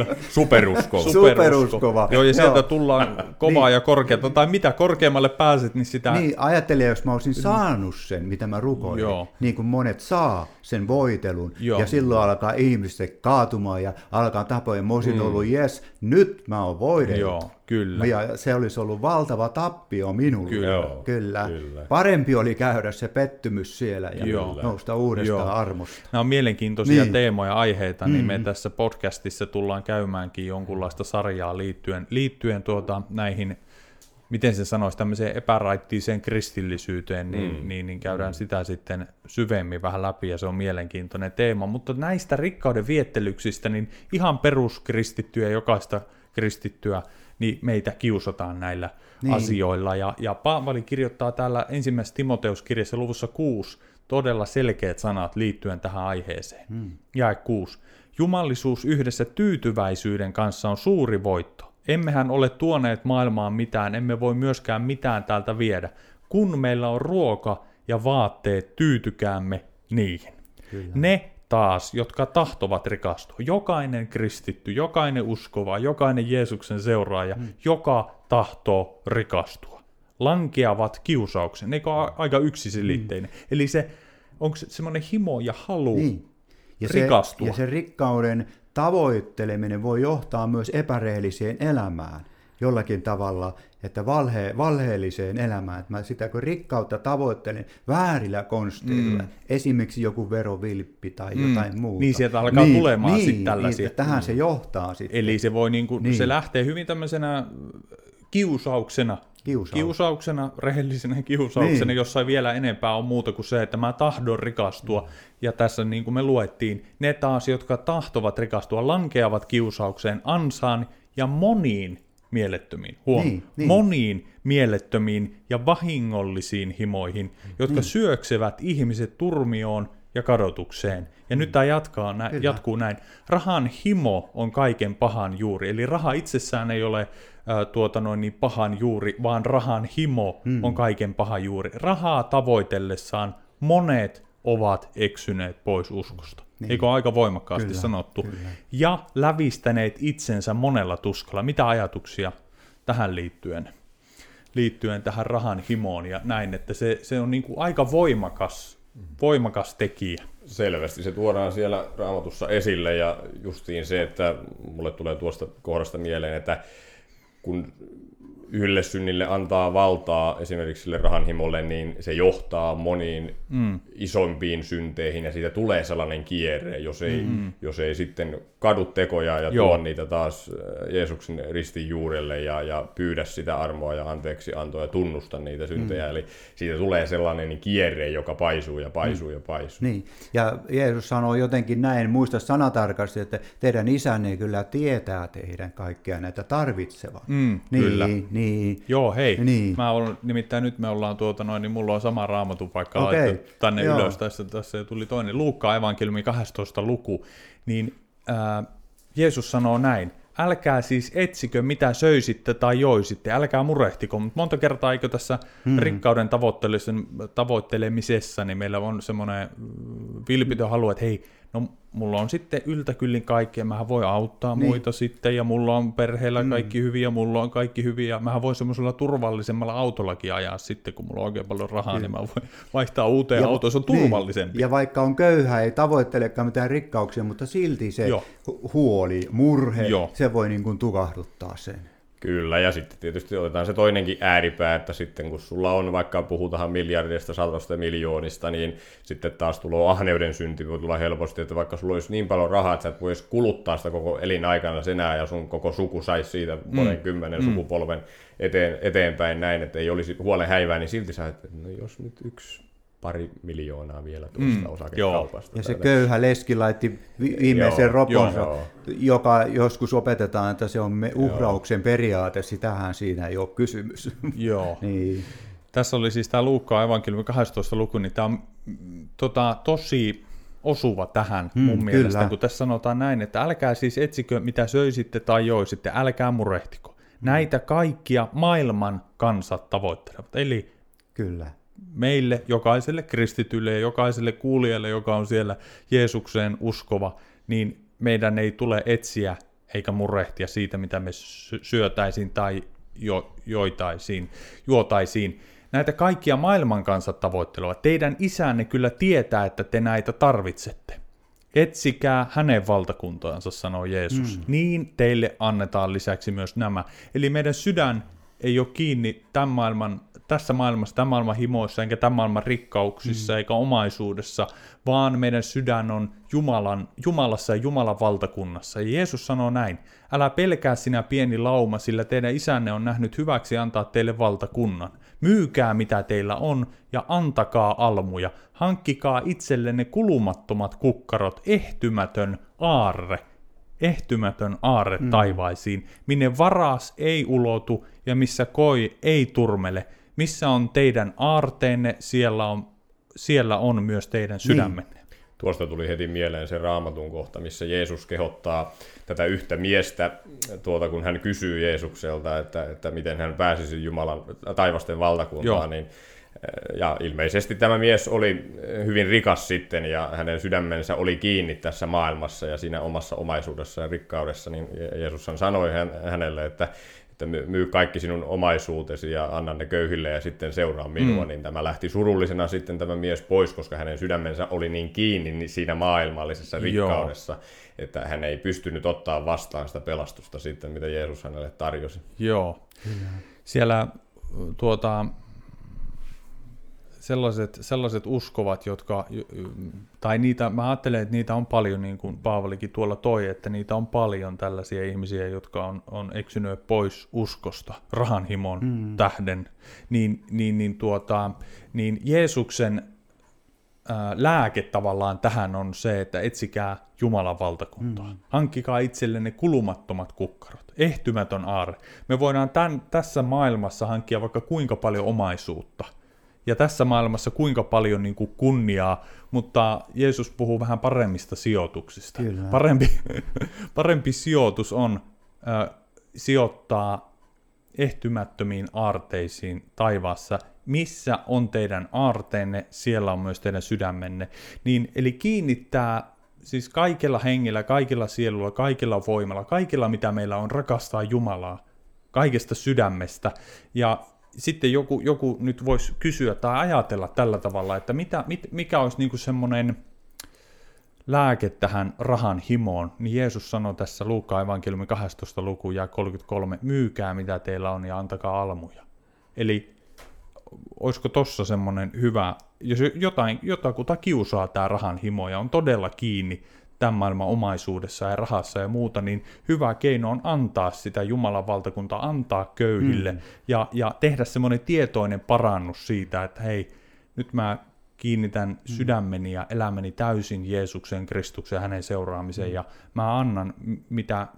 Superuskova. Joo, ja sieltä tullaan kovaa ja korkeata, tai mitä korkeammalle pääset, niin sitä... Niin, ajattelin, jos mä olisin saanut sen, mitä mä rukoilin, niin kuin monet saa sen voitelun, ja silloin alkaa ihmiset kaatumaan ja alkaa tapoja. Mä olisin ollut, nyt mä oon voidellut. Joo, kyllä. Ja se olisi ollut valtava tappio minulle. Kyllä. Parempi oli käydä se pettymys siellä ja nousta uudestaan armosta. Nämä on mielenkiintoisia teemoja, aiheita, niin me tässä podcastissa tullaan käymäänkin jonkunlaista sarjaa liittyen näihin, miten se sanoisi, tämmöiseen epäraittiiseen kristillisyyteen, niin käydään sitä sitten syvemmin vähän läpi, ja se on mielenkiintoinen teema. Mutta näistä rikkauden viettelyksistä, niin ihan peruskristittyä, jokaista kristittyä, niin meitä kiusataan näillä asioilla. Ja Paavali kirjoittaa täällä ensimmäisessä Timoteuskirjassa luvussa 6 todella selkeät sanat liittyen tähän aiheeseen. Jae 6. Jumalisuus yhdessä tyytyväisyyden kanssa on suuri voitto. Emmehän ole tuoneet maailmaan mitään, emme voi myöskään mitään täältä viedä. Kun meillä on ruoka ja vaatteet, tyytykäämme niihin. Kyllä. Ne taas, jotka tahtovat rikastua, jokainen kristitty, jokainen uskova, jokainen Jeesuksen seuraaja, joka tahtoo rikastua, lankeavat kiusauksen. Eikö ole aika yksiselitteinen? Eli onko se semmoinen himo ja halu rikastua? Ja se rikkauden tavoitteleminen voi johtaa myös epärehelliseen elämään jollakin tavalla, että valheelliseen elämään. Että mä sitä kun rikkautta tavoittelen väärillä konsteilla, esimerkiksi joku verovilppi tai jotain muuta. Niin sieltä alkaa tulemaan sitten tällaisia. Tähän se johtaa sitten. Eli se voi se lähtee hyvin tämmöisenä kiusauksena, rehellisenä kiusauksena, jossa ei vielä enempää ole muuta kuin se, että mä tahdon rikastua. Ja tässä niin kuin me luettiin, ne taas, jotka tahtovat rikastua, lankeavat kiusaukseen, ansaan ja moniin mielettömiin, moniin mielettömiin ja vahingollisiin himoihin, jotka syöksevät ihmiset turmioon ja kadotukseen. Ja nyt tämä jatkuu näin. Rahan himo on kaiken pahan juuri, eli raha itsessään ei ole pahan juuri, vaan rahan himo on kaiken pahan juuri. Rahaa tavoitellessaan monet ovat eksyneet pois uskosta. Eikö ole aika voimakkaasti sanottu? Kyllä. Ja lävistäneet itsensä monella tuskalla. Mitä ajatuksia tähän liittyen tähän rahan himoon ja näin, että se on niin kuin aika voimakas tekijä. Selvästi se tuodaan siellä Raamatussa esille, ja justiin se, että mulle tulee tuosta kohdasta mieleen, että kun yhdelle synnille antaa valtaa esimerkiksi sille rahanhimolle, niin se johtaa moniin isompiin synteihin, ja siitä tulee sellainen kierre, jos ei sitten kadu tekoja ja tuo niitä taas Jeesuksen ristin juurelle ja pyydä sitä armoa ja anteeksi antoa ja tunnusta niitä syntejä. Eli siitä tulee sellainen kierre, joka paisuu ja paisuu ja paisuu. Niin. Ja Jeesus sanoo jotenkin näin, muista sanatarkasti, että teidän isänne kyllä tietää teidän kaikkea näitä tarvitsevat. Kyllä. Niin. Joo, hei. Niin. Nimittäin nyt me ollaan niin mulla on sama raamatupaikka laitettu tänne ylös. Tässä tuli toinen Luukkaan evankeliumi 12 luku. Niin Jeesus sanoo näin. Älkää siis etsikö mitä söisitte tai joisitte, älkää murehtiko. Mutta monta kertaa eikö tässä rikkauden tavoittelemisessa, niin meillä on semmoinen vilpitön halu, että hei, no mulla on sitten yltäkyllin kaikkea, mähän voi auttaa muita sitten, ja mulla on perheellä kaikki hyviä, ja mulla on kaikki hyviä, ja mähän voi semmoisella turvallisemmalla autollakin ajaa sitten, kun mulla on oikein paljon rahaa, niin mä voin vaihtaa uuteen autoon, se on turvallisempi. Ja vaikka on köyhä, ei tavoittelekaan mitään rikkauksia, mutta silti se huoli, murhe, se voi niin kuin tukahduttaa sen. Kyllä, ja sitten tietysti otetaan se toinenkin ääripää, että sitten kun sulla on, vaikka puhutaan miljardista, satosta miljoonista, niin sitten taas tulee ahneuden synti, voi tulla helposti, että vaikka sulla olisi niin paljon rahaa, että sä et voisi kuluttaa sitä koko elinaikana enää, ja sun koko suku saisi siitä monen kymmenen sukupolven eteenpäin näin, että ei olisi huolen häivää, niin silti sä että no jos nyt pari miljoonaa vielä tuosta osakekaupasta. Ja se köyhä leski laitti viimeisen roponsa, joka joskus opetetaan, että se on uhrauksen periaate, sitähän siinä ei ole kysymys. Joo. Niin. Tässä oli siis tämä Luukkaan evankeliumin 12. luku, niin tämä on tosi osuva tähän mun mielestä, kun tässä sanotaan näin, että älkää siis etsikö mitä söisitte tai joisitte, älkää murehtiko. Näitä kaikkia maailman kansat tavoittelevat, eli kyllä. Meille, jokaiselle kristitylle ja jokaiselle kuulijalle, joka on siellä Jeesukseen uskova, niin meidän ei tule etsiä eikä murehtia siitä, mitä me syötäisiin tai juotaisiin. Näitä kaikkia maailman kansat tavoittelevat. Teidän isänne kyllä tietää, että te näitä tarvitsette. Etsikää hänen valtakuntaansa, sanoo Jeesus. Niin teille annetaan lisäksi myös nämä. Eli meidän sydän ei ole kiinni tässä maailmassa, tämän maailman himoissa, eikä tämän maailman rikkauksissa, eikä omaisuudessa, vaan meidän sydän on Jumalassa ja Jumalan valtakunnassa. Ja Jeesus sanoo näin, älä pelkää sinä pieni lauma, sillä teidän isänne on nähnyt hyväksi antaa teille valtakunnan. Myykää mitä teillä on ja antakaa almuja. Hankkikaa itsellenne kulumattomat kukkarot, ehtymätön aarre taivaisiin, minne varas ei ulotu ja missä koi ei turmele. Missä on teidän aarteenne, siellä on myös teidän sydämenne. Niin. Tuosta tuli heti mieleen se Raamatun kohta, missä Jeesus kehottaa tätä yhtä miestä, kun hän kysyy Jeesukselta, että miten hän pääsisi Jumalan taivasten valtakuntaan, niin, ja ilmeisesti tämä mies oli hyvin rikas sitten, ja hänen sydämensä oli kiinni tässä maailmassa ja siinä omassa omaisuudessa ja rikkaudessa, niin Jeesus sanoi hänelle, että myy kaikki sinun omaisuutesi ja anna ne köyhille ja sitten seuraa minua, niin tämä lähti surullisena sitten tämä mies pois, koska hänen sydämensä oli niin kiinni siinä maailmallisessa rikkaudessa, että hän ei pystynyt ottaa vastaan sitä pelastusta sitten, mitä Jeesus hänelle tarjosi. Joo. Siellä sellaiset uskovat, tai niitä, mä ajattelen, että niitä on paljon, niin kuin Paavalikin tuolla toi, että niitä on paljon tällaisia ihmisiä, jotka on eksyneet pois uskosta, rahanhimon tähden, niin Jeesuksen lääke tavallaan tähän on se, että etsikää Jumalan valtakuntaa. Hankkikaa itsellenne kulumattomat kukkarot, ehtymätön aarre. Me voidaan tässä maailmassa hankkia vaikka kuinka paljon omaisuutta, ja tässä maailmassa kuinka paljon niin kuin kunniaa, mutta Jeesus puhuu vähän paremmista sijoituksista. Parempi sijoitus on sijoittaa ehtymättömiin aarteisiin taivaassa. Missä on teidän aarteenne, siellä on myös teidän sydämenne. Eli kiinnittää siis kaikella hengellä, kaikilla sielulla, kaikilla voimalla, kaikilla mitä meillä on, rakastaa Jumalaa kaikesta sydämestä. Ja sitten joku nyt voisi kysyä tai ajatella tällä tavalla, että mikä olisi niinku semmoinen lääke tähän rahan himoon, niin Jeesus sanoi tässä Luukkaan evankeliumin 12. luku ja 33, myykää mitä teillä on ja antakaa almuja. Eli olisiko tossa semmoinen hyvä, jos jotakuta kiusaa tämä rahan himo ja on todella kiinni tämän maailman omaisuudessa ja rahassa ja muuta, niin hyvä keino on antaa sitä Jumalan valtakuntaa, antaa köyhille ja tehdä semmoinen tietoinen parannus siitä, että hei, nyt mä kiinnitän sydämeni ja elämäni täysin Jeesuksen, Kristuksen, hänen seuraamiseen ja mä annan mitä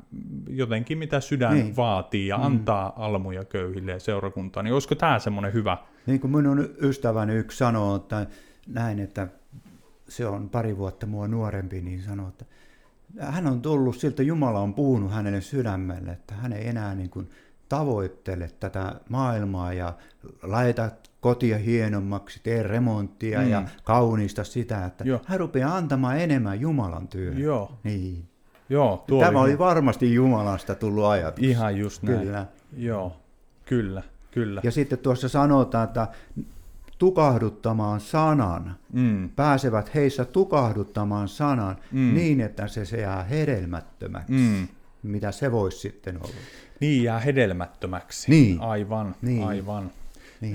sydän vaatii ja antaa almuja köyhille ja seurakuntaan. Niin olisiko tämä semmoinen hyvä? Niin kuin minun ystäväni yksi sanoo, että näin, että se on pari vuotta mua nuorempi, niin sanoo, että hän on tullut siltä, Jumala on puhunut hänelle sydämelle, että hän ei enää niin kuin tavoittele tätä maailmaa ja laita kotia hienommaksi, tee remonttia ja kaunista sitä, että hän rupeaa antamaan enemmän Jumalan työhön. Joo. Niin. Joo, tämä oli varmasti Jumalasta tullut ajatus. Ihan just näin. Kyllä. Joo, kyllä. Ja sitten tuossa sanotaan, että tukahduttamaan sanan, pääsevät heissä tukahduttamaan sanan niin, että se jää hedelmättömäksi. mitä se voisi sitten olla. Niin, jää hedelmättömäksi. Niin. Aivan. Niin.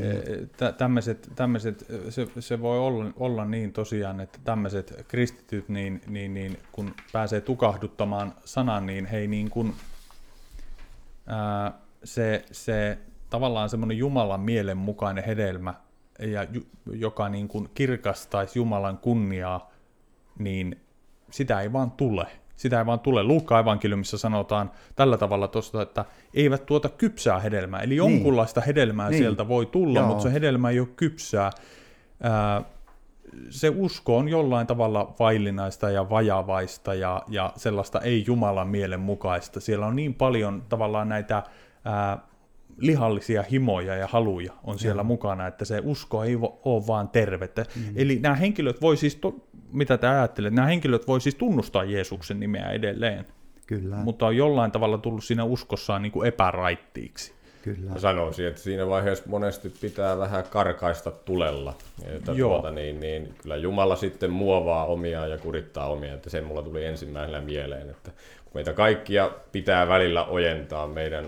Se voi olla niin tosiaan, että tämmöiset kristityt, niin kun pääsee tukahduttamaan sanan, niin hei niin kun, se tavallaan semmoinen Jumalan mielen mukainen hedelmä, ja joka niin kun kirkastaisi Jumalan kunniaa, niin sitä ei vaan tule. Sitä ei vaan tule. Luukkaan evankeliumissa sanotaan tällä tavalla tuosta, että eivät tuota kypsää hedelmää. Eli jonkunlaista hedelmää sieltä voi tulla, mutta se hedelmä ei ole kypsää. Se usko on jollain tavalla vaillinaista ja vajavaista ja sellaista ei Jumalan mielen mukaista. Siellä on niin paljon tavallaan näitä lihallisia himoja ja haluja on siellä mukana, että se usko ei ole vaan tervettä. Eli nämä henkilöt voi siis, mitä te ajattelette, nämä henkilöt voi siis tunnustaa Jeesuksen nimeä edelleen. Kyllä. Mutta on jollain tavalla tullut siinä uskossaan niin kuin epäraittiiksi. Kyllä. Mä sanoisin, että siinä vaiheessa monesti pitää vähän karkaista tulella. Että niin, kyllä Jumala sitten muovaa omiaan ja kurittaa omiaan, että se mulla tuli ensimmäisenä mieleen, että kun meitä kaikkia pitää välillä ojentaa meidän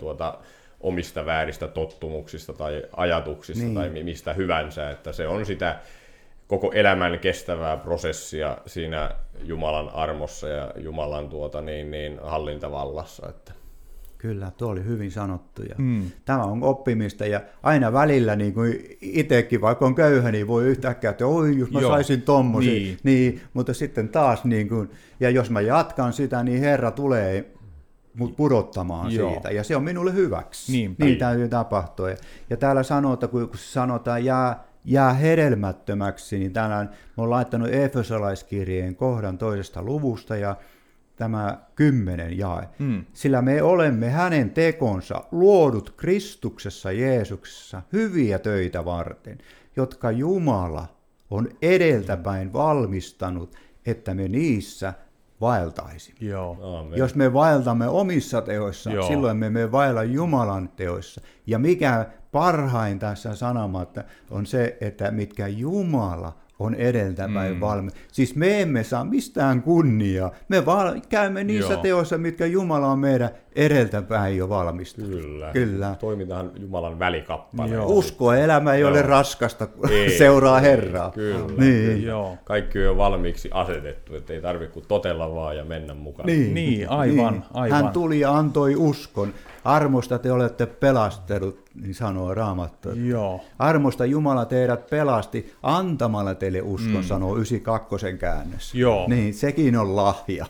omista vääristä tottumuksista tai ajatuksista tai mistä hyvänsä, että se on sitä koko elämän kestävää prosessia siinä Jumalan armossa ja Jumalan hallintavallassa. Että. Kyllä, tuo oli hyvin sanottu. Ja tämä on oppimista ja aina välillä niin kuin itsekin, vaikka on köyhä, niin voi yhtäkkiä, että oi, jos mä saisin tommosia. Niin, mutta sitten taas, niin kuin, ja jos mä jatkan sitä, niin Herra tulee mut pudottamaan siitä, ja se on minulle hyväksi. Niin täytyy tapahtua. Ja täällä sanotaan, kun sanotaan jää hedelmättömäksi, niin täällä mä oon laittanut Efesolaiskirjeen kohdan 2. luvusta, ja tämä 10 jae. Sillä me olemme hänen tekonsa luodut Kristuksessa Jeesuksessa hyviä töitä varten, jotka Jumala on edeltäpäin valmistanut, että me niissä vaeltaisimme. Jos me vaeltamme omissa teoissa, silloin me emme vaella Jumalan teoissa. Ja mikä parhain tässä sanomatta on se, että mitkä Jumala on edeltäpäin valmis. Siis me emme saa mistään kunniaa. Me käymme niissä teoissa, mitkä Jumala on meidän edeltäpäin jo valmistanut. Kyllä. Toimitaan Jumalan välikappaleena. Uskoelämä ei ole raskasta, kun seuraa Herraa. Kyllä. Niin. Kaikki on jo valmiiksi asetettu, että ei tarvitse kuin totella vaan ja mennä mukaan. Niin, aivan. Hän tuli ja antoi uskon. Armosta te olette pelastetut, niin sanoo Raamattu. Armosta Jumala teidät pelasti antamalla teille uskon, sanoo 92 käännös. Niin, sekin on lahja.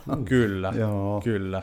Kyllä.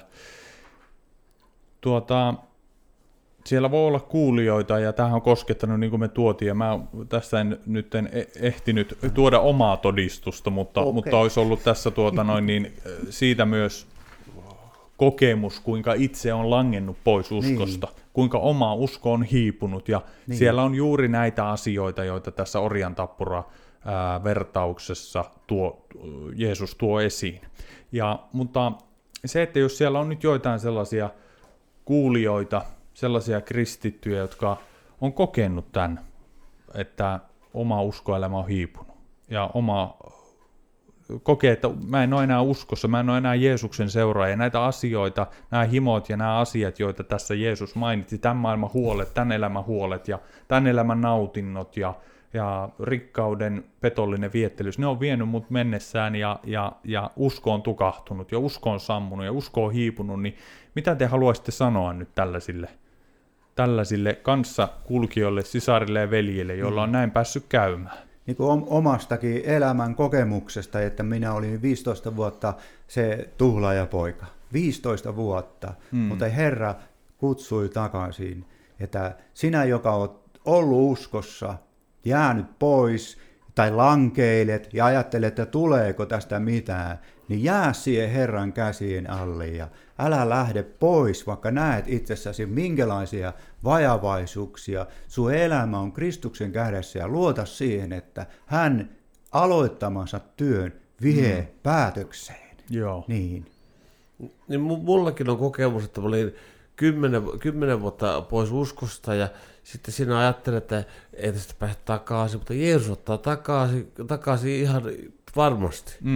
Siellä voi olla kuulijoita, ja tämähän on koskettanut, niin kuin me tuotiin, ja mä tässä en nyt ehtinyt tuoda omaa todistusta, mutta olisi ollut tässä siitä myös kokemus, kuinka itse on langennut pois uskosta, kuinka oma usko on hiipunut, ja siellä on juuri näitä asioita, joita tässä orjan tappura-vertauksessa Jeesus tuo esiin. Mutta se, että jos siellä on nyt joitain sellaisia kuulijoita, sellaisia kristittyjä, jotka on kokenut tämän, että oma uskoelämä on hiipunut, ja kokee, että mä en ole enää uskossa, mä en ole enää Jeesuksen seuraaja. Näitä asioita, nämä himot ja nämä asiat, joita tässä Jeesus mainitsi, tämän maailman huolet, tämän elämän huolet ja tämän elämän nautinnot ja rikkauden petollinen viettelys, ne on vienyt mut mennessään ja usko on tukahtunut ja usko on sammunut ja usko on hiipunut, niin mitä te haluaisitte sanoa nyt tällaisille kanssakulkijoille, sisarille ja veljille, joilla on näin päässyt käymään? Niin kuin omastakin elämän kokemuksesta, että minä olin 15 vuotta se tuhlaajapoika. 15 vuotta, mutta Herra kutsui takaisin, että sinä, joka olet ollut uskossa, jäänyt pois tai lankeilet ja ajattelet, että tuleeko tästä mitään, niin jää siihen Herran käsien alle ja älä lähde pois, vaikka näet itsessäsi minkälaisia vajavaisuuksia. Sun elämä on Kristuksen kädessä ja luota siihen, että hän aloittamansa työn vie päätökseen. Niin mullakin on kokemus, että mä olin 10 vuotta pois uskosta ja sitten siinä ajattelin, että ei tästä päästä takaisin, mutta Jeesus ottaa takaisin ihan varmasti.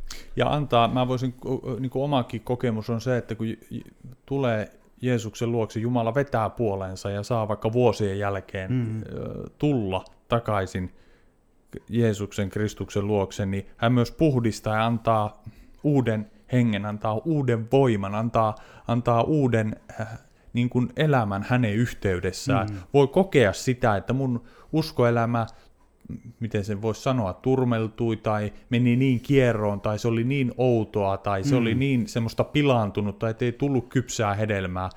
Ja mä voisin, niin kuin omakin kokemus on se, että kun tulee Jeesuksen luokse, Jumala vetää puoleensa ja saa vaikka vuosien jälkeen tulla takaisin Jeesuksen Kristuksen luokse, niin hän myös puhdistaa ja antaa uuden hengen, antaa uuden voiman, antaa uuden niin kuin elämän hänen yhteydessään. Voi kokea sitä, että mun uskoelämä, miten sen voisi sanoa, turmeltui tai meni niin kierroon tai se oli niin outoa tai se oli niin semmoista pilaantunutta, että ei tullut kypsää hedelmää,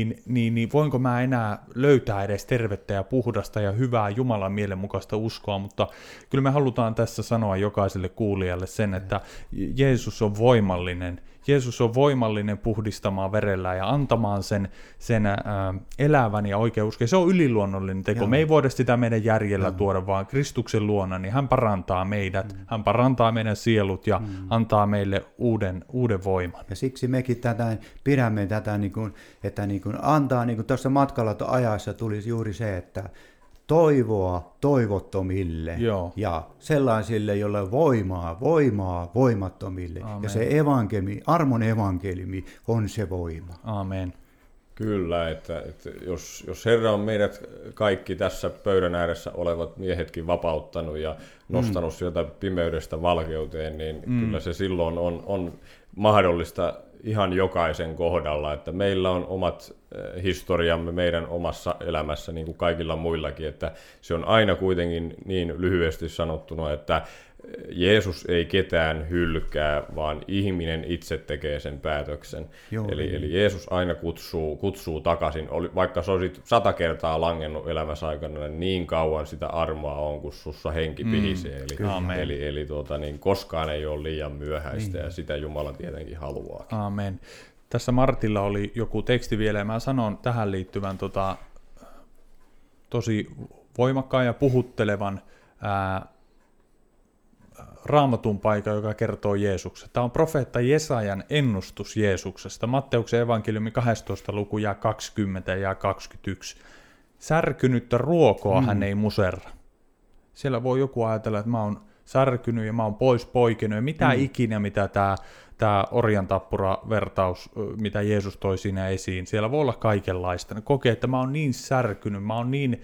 niin voinko mä enää löytää edes tervettä ja puhdasta ja hyvää Jumalan mielenmukaista uskoa, mutta kyllä me halutaan tässä sanoa jokaiselle kuulijalle sen, että Jeesus on voimallinen. Jeesus on voimallinen puhdistamaan verellä ja antamaan sen elävän ja oikean uskon. Se on yliluonnollinen teko. Joo. Me ei voida sitä meidän järjellä tuoda, vaan Kristuksen luona, niin hän parantaa meidät, hän parantaa meidän sielut ja antaa meille uuden voiman. Ja siksi mekin pidämme tätä, että antaa, niin kuin tuossa matkalla ajassa tuli juuri se, että toivoa toivottomille. Joo. Ja sellaisille, joilla on voimaa voimattomille. Amen. Ja se armon evankeliumi on se voima. Amen. Kyllä, että jos Herra on meidät kaikki tässä pöydän ääressä olevat miehetkin vapauttanut ja nostanut sieltä pimeydestä valkeuteen, niin kyllä se silloin on mahdollista ihan jokaisen kohdalla, että meillä on omat historiamme meidän omassa elämässä, niin kuin kaikilla muillakin, että se on aina kuitenkin niin lyhyesti sanottuna, että Jeesus ei ketään hylkää, vaan ihminen itse tekee sen päätöksen. Joo, eli Jeesus aina kutsuu takaisin, vaikka se olisi 100 kertaa langennut elämässä aikana, niin kauan sitä armoa on, kun sussa henki pihisee. Eli niin koskaan ei ole liian myöhäistä, ja sitä Jumala tietenkin haluaa. Amen. Tässä Martilla oli joku teksti vielä, ja mä sanon tähän liittyvän tosi voimakkaan ja puhuttelevan Raamatun paikka, joka kertoo Jeesuksesta. Tämä on profeetta Jesajan ennustus Jeesuksesta. Matteuksen evankeliumi 12. luku ja 20 ja 21. Särkynyttä ruokoa hän ei muserra. Siellä voi joku ajatella, että mä oon särkynyt ja mä oon pois poikinut ja mitä ikinä, mitä tämä orjantappura-vertaus, mitä Jeesus toi siinä esiin. Siellä voi olla kaikenlaista. Ne kokee, että mä oon niin särkynyt, mä oon niin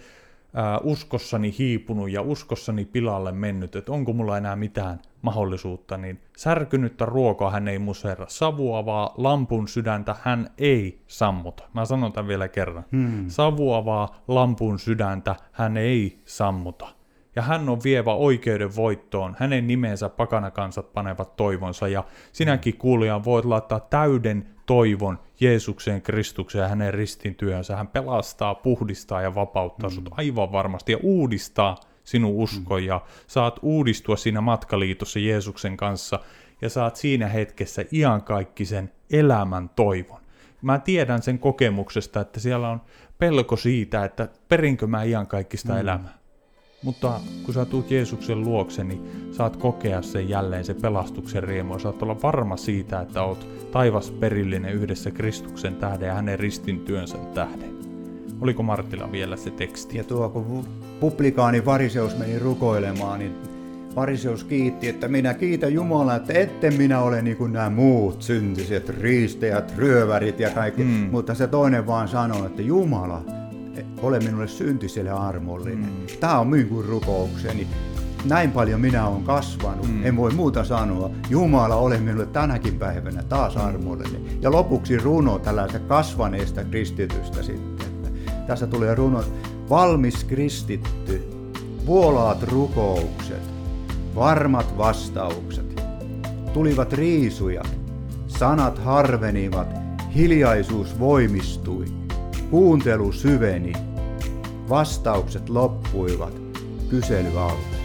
uskossani hiipunut ja uskossani pilalle mennyt, että onko mulla enää mitään mahdollisuutta, niin särkynyttä ruokaa hän ei muserra, savuavaa lampun sydäntä hän ei sammuta. Mä sanon tämän vielä kerran. Savuavaa lampun sydäntä hän ei sammuta. Ja hän on vievä oikeuden voittoon, hänen nimensä pakanakansat panevat toivonsa, ja sinäkin kuulijan voit laittaa täyden toivon Jeesukseen, Kristukseen ja hänen ristin työnsä. Hän pelastaa, puhdistaa ja vapauttaa sut aivan varmasti ja uudistaa sinun uskon, ja saat uudistua siinä matkaliitossa Jeesuksen kanssa, ja saat siinä hetkessä iankaikkisen elämän toivon. Mä tiedän sen kokemuksesta, että siellä on pelko siitä, että perinkö mä iankaikkista elämää. Mutta kun sä tulet Jeesuksen luokse, niin saat kokea sen jälleen, se pelastuksen riemu. Saat olla varma siitä, että oot taivasperillinen yhdessä Kristuksen tähden ja hänen ristin työnsä tähden. Oliko Martilla vielä se teksti? Ja kun publikaani Variseus meni rukoilemaan, niin Variseus kiitti, että minä kiitän Jumalaa, että etten minä ole niin kuin nämä muut syntiset, riistäjät, ryövärit ja kaikki. Mutta se toinen vaan sanoi, että Jumala, ole minulle syntiselle armollinen. Tämä on minun rukoukseni. Näin paljon minä olen kasvanut. En voi muuta sanoa. Jumala, ole minulle tänäkin päivänä taas armollinen. Ja lopuksi runo tällaista kasvaneesta kristitystä sitten. Tässä tulee runo. Valmis kristitty, vuolaat rukoukset, varmat vastaukset. Tulivat riisujat, sanat harvenivat, hiljaisuus voimistui. Kuuntelu syveni, vastaukset loppuivat, kysely alkoi.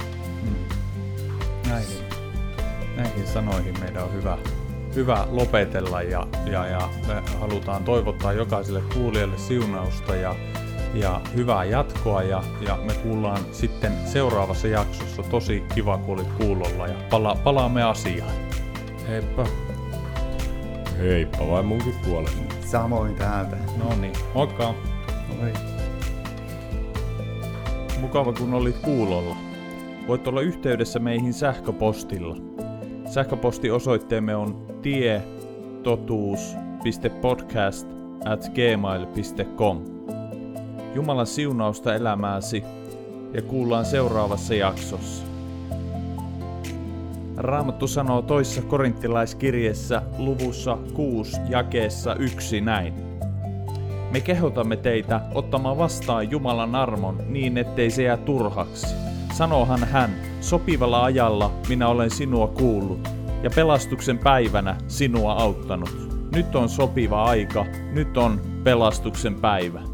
Näihin sanoihin meidän on hyvä lopetella ja me halutaan toivottaa jokaiselle kuulijalle siunausta ja hyvää jatkoa ja me kuullaan sitten seuraavassa jaksossa. Tosi kiva, kun olit kuulolla ja palaamme asiaan. Heippa. Heippa vain munkin puolesta. Samoin täältä. No niin, moikka. Moi. Mukava kun olit kuulolla. Voit olla yhteydessä meihin sähköpostilla. Sähköpostiosoitteemme on tietotuus.podcast@gmail.com. Jumalan siunausta elämääsi ja kuullaan seuraavassa jaksossa. Raamattu sanoo toisessa korinttilaiskirjeessä luvussa 6 jakeessa 1 näin. Me kehotamme teitä ottamaan vastaan Jumalan armon niin, ettei se jää turhaksi. Sanoohan hän, sopivalla ajalla minä olen sinua kuullut, ja pelastuksen päivänä sinua auttanut. Nyt on sopiva aika, nyt on pelastuksen päivä.